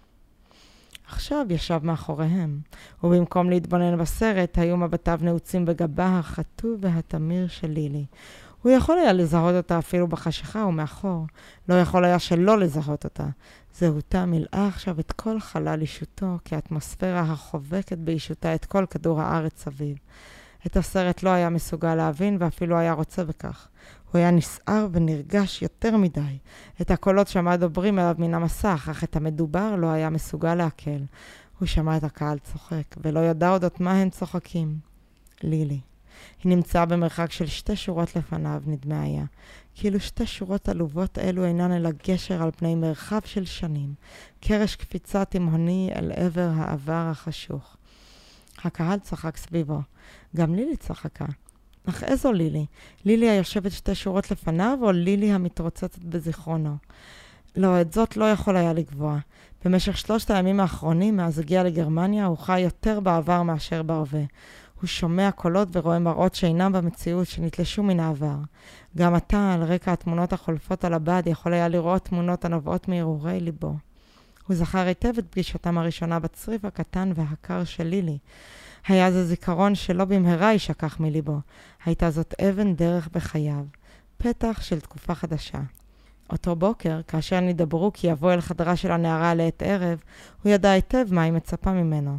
עכשיו ישב מאחוריהם, ובמקום להתבונן בסרט, היו מבטיו נעוצים בגבה החטוב והתמיר של לילי. הוא יכול היה לזהות אותה אפילו בחשיכה ומאחור, לא יכול היה שלא לזהות אותה. זהותה מילאה עכשיו את כל חלל אישותו, כאטמוספירה החובקת באישותה את כל כדור הארץ סביב. את הסרט לא היה מסוגל להבין ואפילו היה רוצה בכך. הוא היה נסער ונרגש יותר מדי. את הקולות שמע דוברים אליו מן המסך, אך את המדובר לא היה מסוגל להקל. הוא שמע את הקהל צוחק, ולא ידע אודות מה הם צוחקים. לילי. היא נמצאה במרחק של שתי שורות לפניו, נדמה היה. כאילו שתי שורות עלובות אלו אינן אלא גשר על פני מרחב של שנים. קרש קפיצה תימהוני אל עבר העבר החשוך. הקהל צחק סביבו. גם לילי צחקה. אך איזו לילי? לילי היושבת שתי שורות לפניו, או לילי המתרוצצת בזיכרונו? לא, את זאת לא יכול היה לקבוע. במשך שלושת הימים האחרונים, מאז הגיע לגרמניה, הוא חי יותר בעבר מאשר בהווה. הוא שומע קולות ורואה מראות שאינם במציאות, שנתלשו מן העבר. גם אתה, על רקע התמונות החולפות על הבד, יכול היה לראות תמונות הנובעות מהרהורי ליבו. הוא זכר היטב את פגישתם הראשונה בצריף הקטן והקר של לילי. היה זה זיכרון שלא במהרה ישכח מליבו. הייתה זאת אבן דרך בחייו. פתח של תקופה חדשה. אותו בוקר, כאשר נדברו כי יבוא אל חדרה של הנערה לעת ערב, הוא ידע היטב מה היא מצפה ממנו.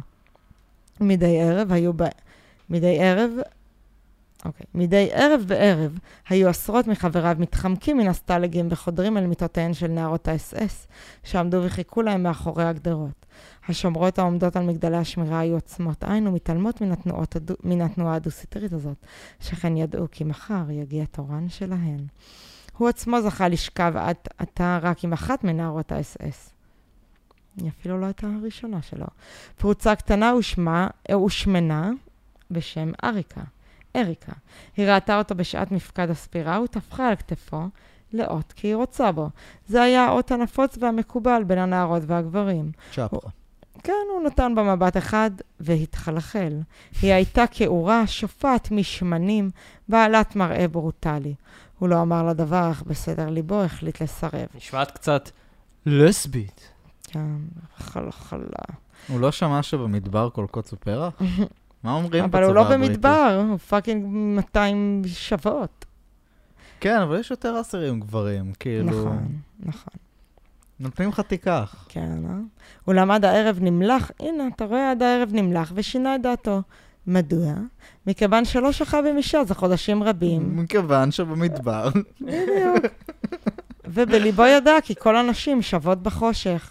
מדי ערב היו ב... מדי ערב... אוקיי. מדי ערב בערב היו עשרות מחבריו מתחמקים מן הסטלגים וחודרים אל מיטותיהן של נערות ה-אס אס, שעמדו וחיכו להם מאחורי הגדרות. השומרות העומדות על מגדלי השמירה היו עוצמות עין ומתעלמות מן, התנועות, מן התנועה הדו-סטרית הזאת, שכן ידעו כי מחר יגיע תורן שלהן. הוא עצמו זכה לשכב עד עתה רק עם אחת מנערות ה-אס אס. היא אפילו לא הייתה הראשונה שלו. פרוצה קטנה ושמה, ושמנה בשם אריקה. אריקה. היא ראתה אותו בשעת מפקד הספירה, וטפחה על כתפו לאות, כי היא רוצה בו. זה היה האות הנפוץ והמקובל בין הנערות והגברים. צ'פרה. כן, הוא נתן במבט אחד והתחלחל. היא הייתה כאורה, שופעת משמנים, בעלת מראה ברוטלי. הוא לא אמר לה דבר, אך בסדר ליבו החליט לסרב. נשמעת קצת לסבית. כן, חלחלה. הוא לא שמע שבמדבר כל קוץ ופרח? מה אומרים בצבא אבל הבריטי? הוא לא במדבר, הוא פאקינג מאתיים שוות. כן, אבל יש יותר אסירים גברים, כאילו... נכון, נכון. נותנים לך תיקח. כן, אה? הוא למד הערב נמלח, הנה, אתה רואה עד הערב נמלח, ושינה את דעתו. מדוע? מכיוון שלא שכב עם אישה, זה חודשים רבים. מכיוון שבמדבר. בדיוק. ובליבו ידע כי כל הנשים שוות בחושך.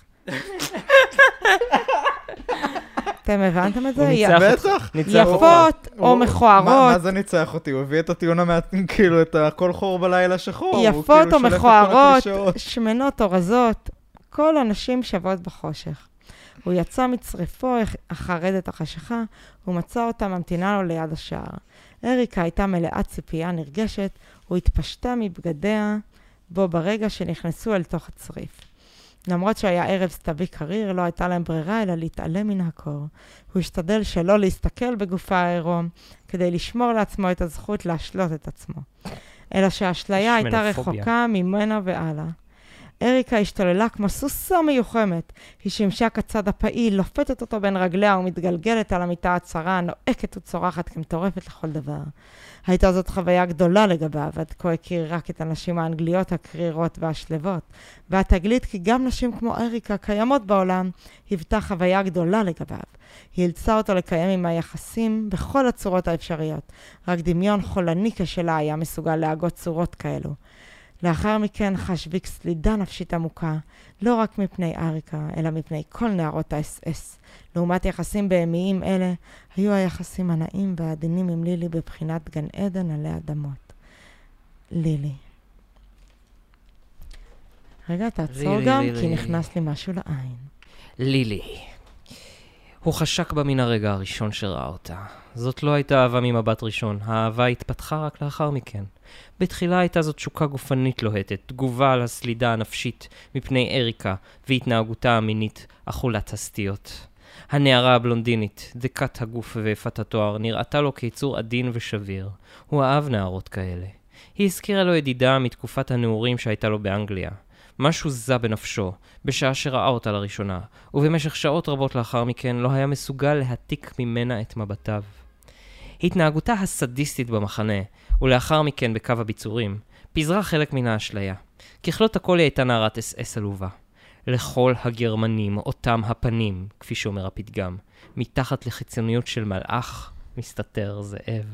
אתם הבנתם את זה? הוא ניצח אותך. בטח. ניצח אותך. יפות או מכוערות. מה זה ניצח אותי? הוא הביא את הטיעון המעט, כאילו, את הכל חור בלילה שחור. יפות או מכוערות, שמנות או רזות, כל הנשים שוות בחושך. הוא יצא מצריפו, החרד את החשיכה, ומצא אותה ממתינה לו ליד השער. אריקה הייתה מלאה ציפייה נרגשת, הוא התפשטה מבגדיה בו ברגע שנכנסו אל תוך הצריף. למרות שהיה ערב סתווי קריר, לא הייתה להם ברירה אלא להתעלם מן הקור. הוא השתדל שלא להסתכל בגופה העירום, כדי לשמור לעצמו את הזכות להשלות את עצמו. אלא שהאשליה הייתה רחוקה ממנה והלאה. אריקה השתוללה כמו סוסה מיוחמת. היא שימשה כצד הפעיל, לופתת אותו בין רגליה ומתגלגלת על המיטה הצרה, נועקת וצורחת כמטורפת לכל דבר. הייתה זאת חוויה גדולה לגביו, עד כה הכיר רק את הנשים האנגליות הקרירות והשלבות. והתגלית כי גם נשים כמו אריקה קיימות בעולם, היוותה חוויה גדולה לגביו. היא אילצה אותו לקיים עם היחסים בכל הצורות האפשריות. רק דמיון חולני כשלה היה מסוגל להגות צורות כאלו. לאחר מכן חש ויק סלידה נפשית עמוקה, לא רק מפני אריקה, אלא מפני כל נערות ה-אס אס. לעומת יחסים בהמיים אלה, היו היחסים הנעים והעדינים עם לילי בבחינת גן עדן עלי אדמות. לילי. רגע, תעצור לילי, גם, לילי. כי נכנס לי משהו לעין. לילי. הוא חשק בה מן הרגע הראשון שראה אותה. זאת לא הייתה אהבה ממבט ראשון, האהבה התפתחה רק לאחר מכן. בתחילה הייתה זאת תשוקה גופנית לוהטת, תגובה על הסלידה הנפשית מפני אריקה והתנהגותה המינית אכולת הסטיות. הנערה הבלונדינית, דקת הגוף ויפת התואר, נראתה לו כיצור עדין ושביר. הוא אהב נערות כאלה. היא הזכירה לו ידידה מתקופת הנעורים שהייתה לו באנגליה. משהו זע בנפשו, בשעה שראה אותה לראשונה, ובמשך שעות רבות לאחר מכן לא היה מסוגל להעתיק ממנה את מבטיו. התנהגותה הסדיסטית במחנה, ולאחר מכן בקו הביצורים, פיזרה חלק מן האשליה. ככלות הכל היא הייתה נערת אס אס עלובה. לכל הגרמנים, אותם הפנים, כפי שאומר הפתגם, מתחת לחיצוניות של מלאך, מסתתר זאב.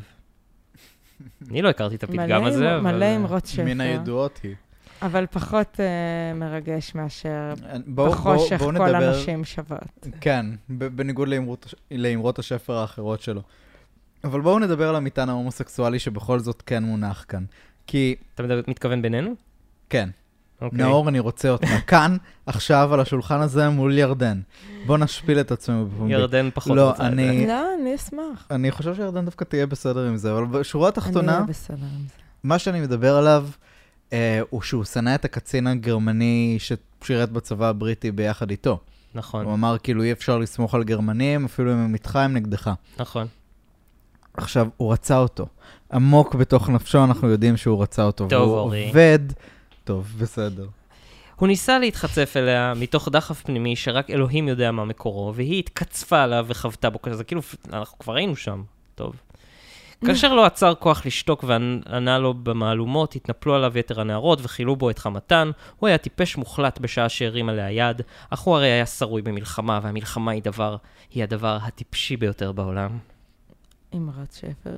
אני לא הכרתי את הפתגם הזה, אבל... מלא עם רוט שפר. מן הידועות היא. אבל פחות uh, מרגש מאשר בוא, בחושך בוא, בוא כל נדבר... הנשים שוות. כן, בניגוד לאמרות, לאמרות השפר האחרות שלו. אבל בואו נדבר על המטען ההומוסקסואלי שבכל זאת כן מונח כאן. כי... אתה מדבר, מתכוון בינינו? כן. אוקיי. נאור, אני רוצה אותך. כאן, עכשיו, על השולחן הזה, מול ירדן. בוא נשפיל את עצמנו בפומבי. ירדן פחות לא, רוצה אני... את זה. לא, אני אשמח. אני חושב שירדן דווקא תהיה בסדר עם זה, אבל בשורה התחתונה, אני אהיה בסדר עם זה. מה שאני מדבר עליו, אה, הוא שהוא שנא את הקצין הגרמני ששירת בצבא הבריטי ביחד איתו. נכון, הוא אמר, כאילו, אי אפשר לסמוך על גרמנים, אפילו אם הם איתך, הם נגדך. נכון. עכשיו, הוא רצה אותו. עמוק בתוך נפשו, אנחנו יודעים שהוא רצה אותו. טוב, והוא אורי. עובד. טוב, בסדר. הוא ניסה להתחצף אליה מתוך דחף פנימי שרק אלוהים יודע מה מקורו, והיא התקצפה עליו וחוותה בו כזה, כאילו, אנחנו כבר היינו שם. טוב. כאשר לא עצר כוח לשתוק וענה לו במעלומות, התנפלו עליו יתר הנערות וחילו בו את חמתן. הוא היה טיפש מוחלט בשעה שהרים עליה יד, אך הוא הרי היה שרוי במלחמה, והמלחמה היא דבר, היא הדבר הטיפשי ביותר בעולם. אמרת שפר,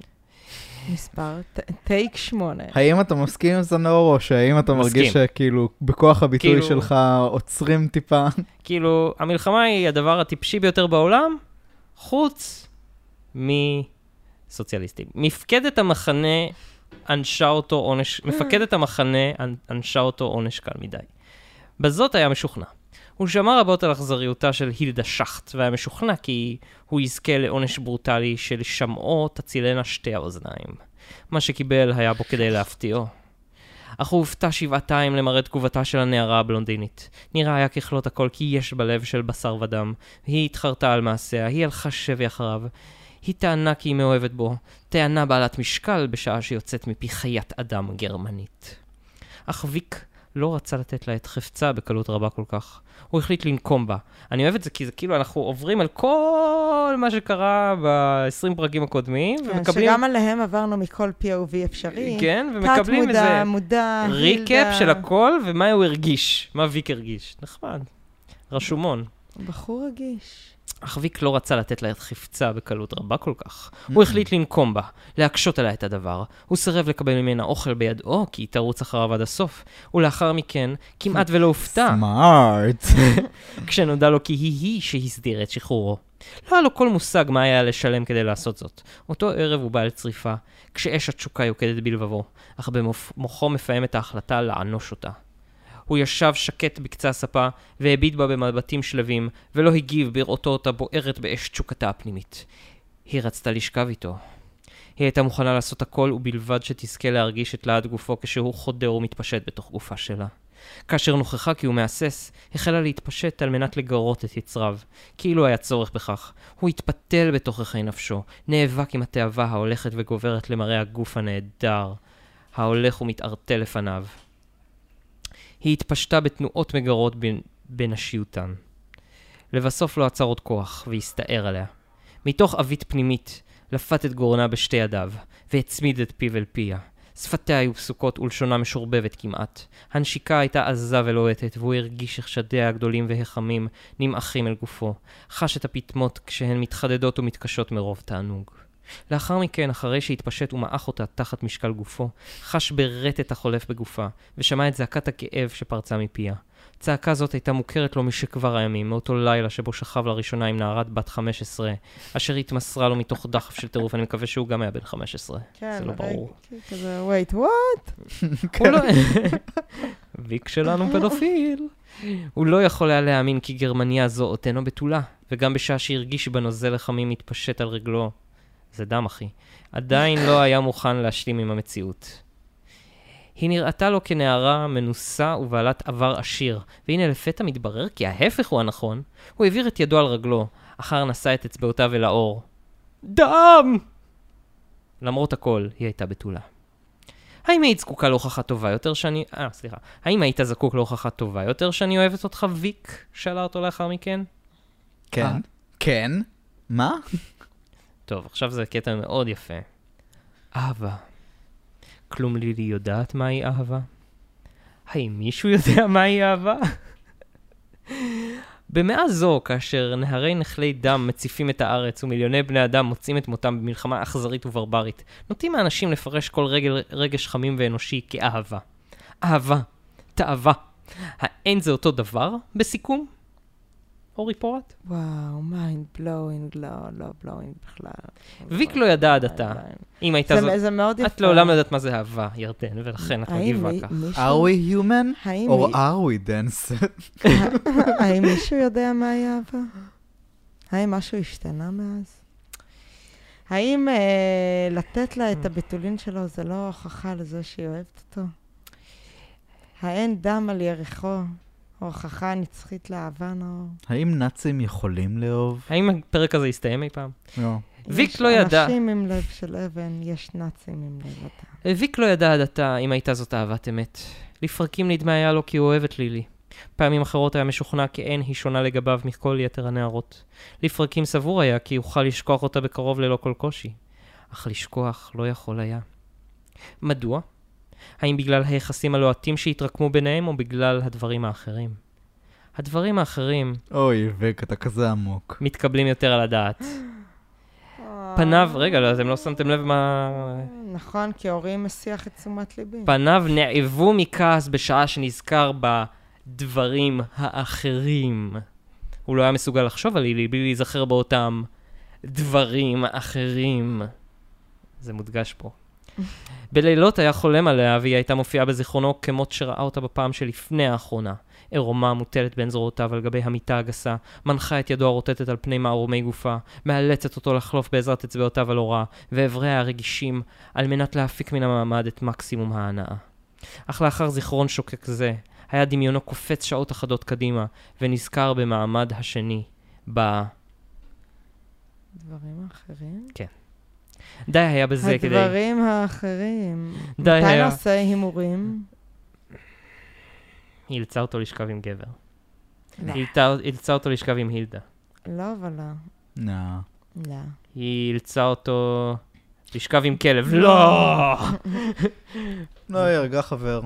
מספר, טייק שמונה. האם אתה מסכים עם זה נאור, או שהאם אתה מרגיש שכאילו בכוח הביטוי כאילו- שלך עוצרים טיפה? כאילו, המלחמה היא הדבר הטיפשי ביותר בעולם, חוץ מסוציאליסטים. מפקדת המחנה אנשה אותו עונש, מפקדת המחנה אנשה אותו עונש קל מדי. בזאת היה משוכנע. הוא שמע רבות על אכזריותה של הילדה שחט, והיה משוכנע כי הוא יזכה לעונש ברוטלי של שמעו תצילנה שתי האוזניים. מה שקיבל היה בו כדי להפתיעו. אך הוא הופתע שבעתיים למראה תגובתה של הנערה הבלונדינית. נראה היה ככלות הכל כי יש בלב של בשר ודם. היא התחרתה על מעשיה, היא הלכה שבי אחריו. היא טענה כי היא מאוהבת בו, טענה בעלת משקל בשעה שיוצאת מפי חיית אדם גרמנית. אך ויק לא רצה לתת לה את חפצה בקלות רבה כל כך. הוא החליט לנקום בה. אני אוהב את זה כי זה כאילו אנחנו עוברים על כל מה שקרה ב-עשרים פרקים הקודמים, כן, ומקבלים... שגם עליהם עברנו מכל פי או וי אפשרי. כן, ומקבלים איזה... תת מודע, מודע, ריקאפ של הכל, ומה הוא הרגיש. מה ויק הרגיש. נחמד. רשומון. בחור רגיש. אך ויק לא רצה לתת לה את חפצה בקלות רבה כל כך. הוא החליט לנקום בה, להקשות עליה את הדבר. הוא סירב לקבל ממנה אוכל בידו, כי היא תרוץ אחריו עד הסוף. ולאחר מכן, כמעט ולא הופתע. סמארט. כשנודע לו כי היא-היא שהסדיר את שחרורו. לא היה לו כל מושג מה היה לשלם כדי לעשות זאת. אותו ערב הוא בא לצריפה, כשאש התשוקה יוקדת בלבבו, אך במוחו מפעם את ההחלטה לענוש אותה. הוא ישב שקט בקצה הספה, והביט בה במבטים שלבים, ולא הגיב בראותו אותה בוערת באש תשוקתה הפנימית. היא רצתה לשכב איתו. היא הייתה מוכנה לעשות הכל, ובלבד שתזכה להרגיש את לעד גופו כשהוא חודר ומתפשט בתוך גופה שלה. כאשר נוכחה כי הוא מאסס, החלה להתפשט על מנת לגרות את יצריו. כאילו היה צורך בכך. הוא התפתל בתוככי נפשו, נאבק עם התאווה ההולכת וגוברת למראה הגוף הנהדר, ההולך ומתערטל לפניו. היא התפשטה בתנועות מגרות בנשיותן. לבסוף לא עצר עוד כוח, והסתער עליה. מתוך אבית פנימית, לפת את גורנה בשתי ידיו, והצמיד את פיו אל פיה. שפתיה היו פסוקות ולשונה משורבבת כמעט. הנשיקה הייתה עזה ולוהטת, והוא הרגיש איך שדיה הגדולים והחמים נמעכים אל גופו. חש את הפטמות כשהן מתחדדות ומתקשות מרוב תענוג. לאחר מכן, אחרי שהתפשט ומעך אותה תחת משקל גופו, חש ברטט החולף בגופה, ושמע את זעקת הכאב שפרצה מפיה. צעקה זאת הייתה מוכרת לו משכבר הימים, מאותו לילה שבו שכב לראשונה עם נערת בת חמש עשרה, אשר התמסרה לו מתוך דחף של טירוף. אני מקווה שהוא גם היה בן חמש עשרה. כן, זה לא ברור. כזה, wait, what? ויק שלנו פדופיל. הוא לא יכול היה להאמין כי גרמניה זו אותנו בתולה, וגם בשעה שהרגיש בנוזל לחמים מתפשט על רגלו, זה דם, אחי. עדיין לא היה מוכן להשלים עם המציאות. היא נראתה לו כנערה מנוסה ובעלת עבר עשיר, והנה לפתע מתברר כי ההפך הוא הנכון. הוא העביר את ידו על רגלו, אחר נשא את אצבעותיו אל האור. דם! למרות הכל, היא הייתה בתולה. האם היית זקוקה להוכחה טובה יותר שאני... אה, סליחה. האם היית זקוק להוכחה טובה יותר שאני אוהבת אותך, ויק? שאלה אותו לאחר מכן. כן. כן? מה? טוב, עכשיו זה קטע מאוד יפה. אהבה. כלום לילי יודעת מהי אהבה? האם מישהו יודע מהי אהבה? במאה זו, כאשר נהרי נחלי דם מציפים את הארץ ומיליוני בני אדם מוצאים את מותם במלחמה אכזרית וברברית, נוטים האנשים לפרש כל רגל, רגש חמים ואנושי כאהבה. אהבה. תאווה. האין זה אותו דבר בסיכום? אורי פורט? וואו, מיינד בלואינג, לא, לא בלואינג בכלל. ויק לא ידע עד עתה. אם הייתה זאת... זה מאוד יפה. את לעולם לא יודעת מה זה אהבה, ירדן, ולכן את מגיבה כך. Are we human? Or are we dance? האם מישהו יודע מהי אהבה? האם משהו השתנה מאז? האם לתת לה את הביטולין שלו זה לא הוכחה לזה שהיא אוהבת אותו? האין דם על ירחו? הוכחה נצחית לאהבה נאור. האם נאצים יכולים לאהוב? האם הפרק הזה יסתיים אי פעם? לא. ויק לא ידע... יש אנשים עם לב של אבן, יש נאצים עם לב אדם. ויק לא ידע עד עתה אם הייתה זאת אהבת אמת. לפרקים נדמה היה לו כי הוא אוהבת לילי. פעמים אחרות היה משוכנע כי אין היא שונה לגביו מכל יתר הנערות. לפרקים סבור היה כי יוכל לשכוח אותה בקרוב ללא כל קושי. אך לשכוח לא יכול היה. מדוע? האם בגלל היחסים הלוהטים שהתרקמו ביניהם, או בגלל הדברים האחרים? הדברים האחרים... אוי, ויק, אתה כזה עמוק. מתקבלים יותר על הדעת. פניו... רגע, לא, אתם לא שמתם לב מה... נכון, כי הורים מסיח את תשומת ליבי. פניו נעבו מכעס בשעה שנזכר בדברים האחרים. הוא לא היה מסוגל לחשוב על לילי, בלי להיזכר באותם דברים אחרים. זה מודגש פה. בלילות היה חולם עליה, והיא הייתה מופיעה בזיכרונו כמות שראה אותה בפעם שלפני האחרונה. עירומה מוטלת בין זרועותיו על גבי המיטה הגסה, מנחה את ידו הרוטטת על פני מערומי גופה, מאלצת אותו לחלוף בעזרת אצבעותיו על אורה, ועבריה הרגישים, על מנת להפיק מן המעמד את מקסימום ההנאה. אך לאחר זיכרון שוקק זה, היה דמיונו קופץ שעות אחדות קדימה, ונזכר במעמד השני, ב... דברים האחרים? כן. די היה בזה כדי... הדברים האחרים. די היה... מתי נעשה הימורים? היא אילצה אותו לשכב עם גבר. לא. היא אילצה אותו לשכב עם הילדה. לא, אבל לא. לא. לא. היא אילצה אותו לשכב עם כלב. לא! לא, היא הרגע חבר.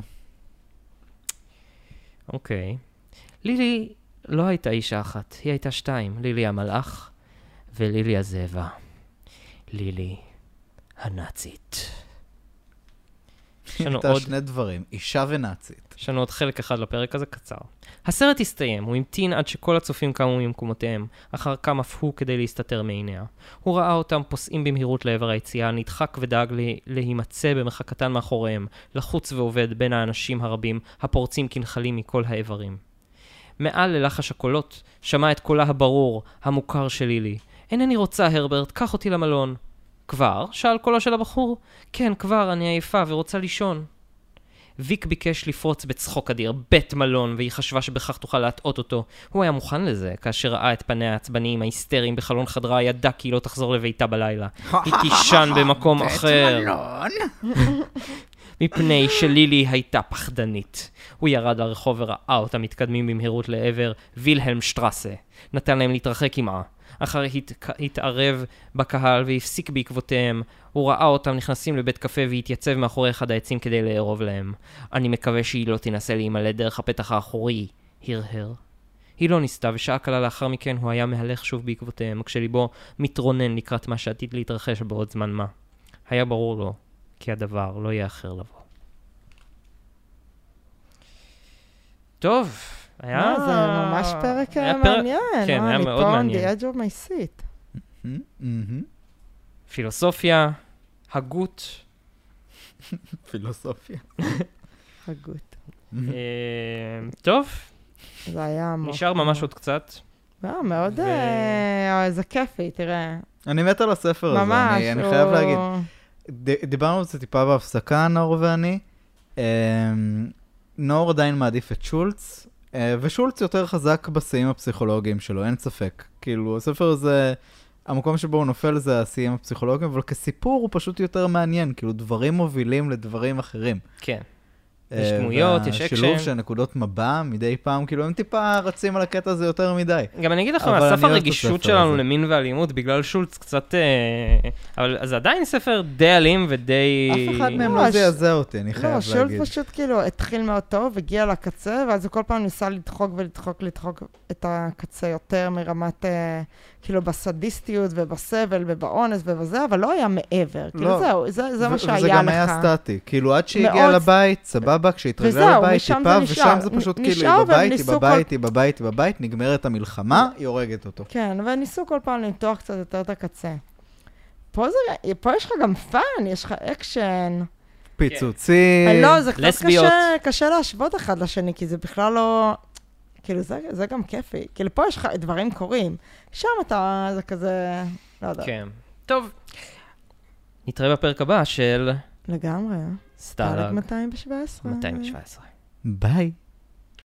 אוקיי. לילי לא הייתה אישה אחת, היא הייתה שתיים. לילי המלאך ולילי הזאבה. לילי הנאצית. היא הייתה עוד... שני דברים, אישה ונאצית. יש לנו עוד חלק אחד לפרק הזה קצר. הסרט הסתיים, הוא המתין עד שכל הצופים קמו ממקומותיהם, אחר כך אף הוא כדי להסתתר מעיניה. הוא ראה אותם פוסעים במהירות לעבר היציאה, נדחק ודאג לה... להימצא במרחק קטן מאחוריהם, לחוץ ועובד בין האנשים הרבים, הפורצים כנחלים מכל האיברים. מעל ללחש הקולות, שמע את קולה הברור, המוכר של לילי. אינני רוצה, הרברט, קח אותי למלון. כבר? שאל קולו של הבחור. כן, כבר, אני עייפה ורוצה לישון. ויק ביקש לפרוץ בצחוק אדיר, בית מלון, והיא חשבה שבכך תוכל להטעות אותו. הוא היה מוכן לזה, כאשר ראה את פניה העצבניים ההיסטריים בחלון חדרה, ידע כי היא לא תחזור לביתה בלילה. היא תישן במקום אחר. מפני שלילי הייתה פחדנית. הוא ירד לרחוב וראה אותה מתקדמים במהירות לעבר וילהלם שטרסה. נתן להם להתרחק עמה. אחר הת... התערב בקהל והפסיק בעקבותיהם. הוא ראה אותם נכנסים לבית קפה והתייצב מאחורי אחד העצים כדי לערוב להם. אני מקווה שהיא לא תנסה להימלא דרך הפתח האחורי, הרהר. היא לא ניסתה, ושעה קלה לאחר מכן הוא היה מהלך שוב בעקבותיהם, כשליבו מתרונן לקראת מה שעתיד להתרחש בעוד זמן מה. היה ברור לו, כי הדבר לא יאחר לבוא. טוב, היה... זה ממש פרק מעניין. כן, היה מאוד מעניין. אני פה on the edge of my seat. פילוסופיה, הגות. פילוסופיה. הגות. טוב. זה היה עמוק. נשאר ממש עוד קצת. מאוד, זה כיפי, תראה. אני מת על הספר הזה, ממש. אני חייב להגיד. דיברנו על זה טיפה בהפסקה, נאור ואני. נאור עדיין מעדיף את שולץ, ושולץ יותר חזק בסיים הפסיכולוגיים שלו, אין ספק. כאילו, הספר הזה, המקום שבו הוא נופל זה הסיים הפסיכולוגיים, אבל כסיפור הוא פשוט יותר מעניין, כאילו דברים מובילים לדברים אחרים. כן. יש דמויות, יש אקשן. והשילוב של נקודות מבע מדי פעם, כאילו הם טיפה רצים על הקטע הזה יותר מדי. גם אני אגיד לך, הסף הרגישות שלנו למין ואלימות, בגלל שולץ קצת... אבל זה עדיין ספר די אלים ודי... אף אחד מהם לא זעזע אותי, אני חייב להגיד. לא, שולץ פשוט כאילו התחיל מאוד טוב, הגיע לקצה, ואז הוא כל פעם ניסה לדחוק ולדחוק, לדחוק את הקצה יותר מרמת... כאילו בסדיסטיות ובסבל ובאונס ובזה, אבל לא היה מעבר. כאילו זהו, זה מה שהיה לך. וזה גם היה סטטי. כאילו עד שהגיע לבית, סבבה, כשהתרגלה לבית טיפה, ושם זה פשוט כאילו, היא בבית, היא בבית, היא בבית, היא בבית, נגמרת המלחמה, היא הורגת אותו. כן, וניסו כל פעם למתוח קצת יותר את הקצה. פה יש לך גם פאן, יש לך אקשן. פיצוצים. לא, זה קצת קשה להשוות אחד לשני, כי זה בכלל לא... כאילו, זה, זה גם כיפי. כאילו, פה יש לך דברים קורים. שם אתה, זה כזה, לא יודע. כן. טוב. נתראה בפרק הבא של... לגמרי. סטלג. מאתיים שבע עשרה. מאתיים שבע עשרה. ביי.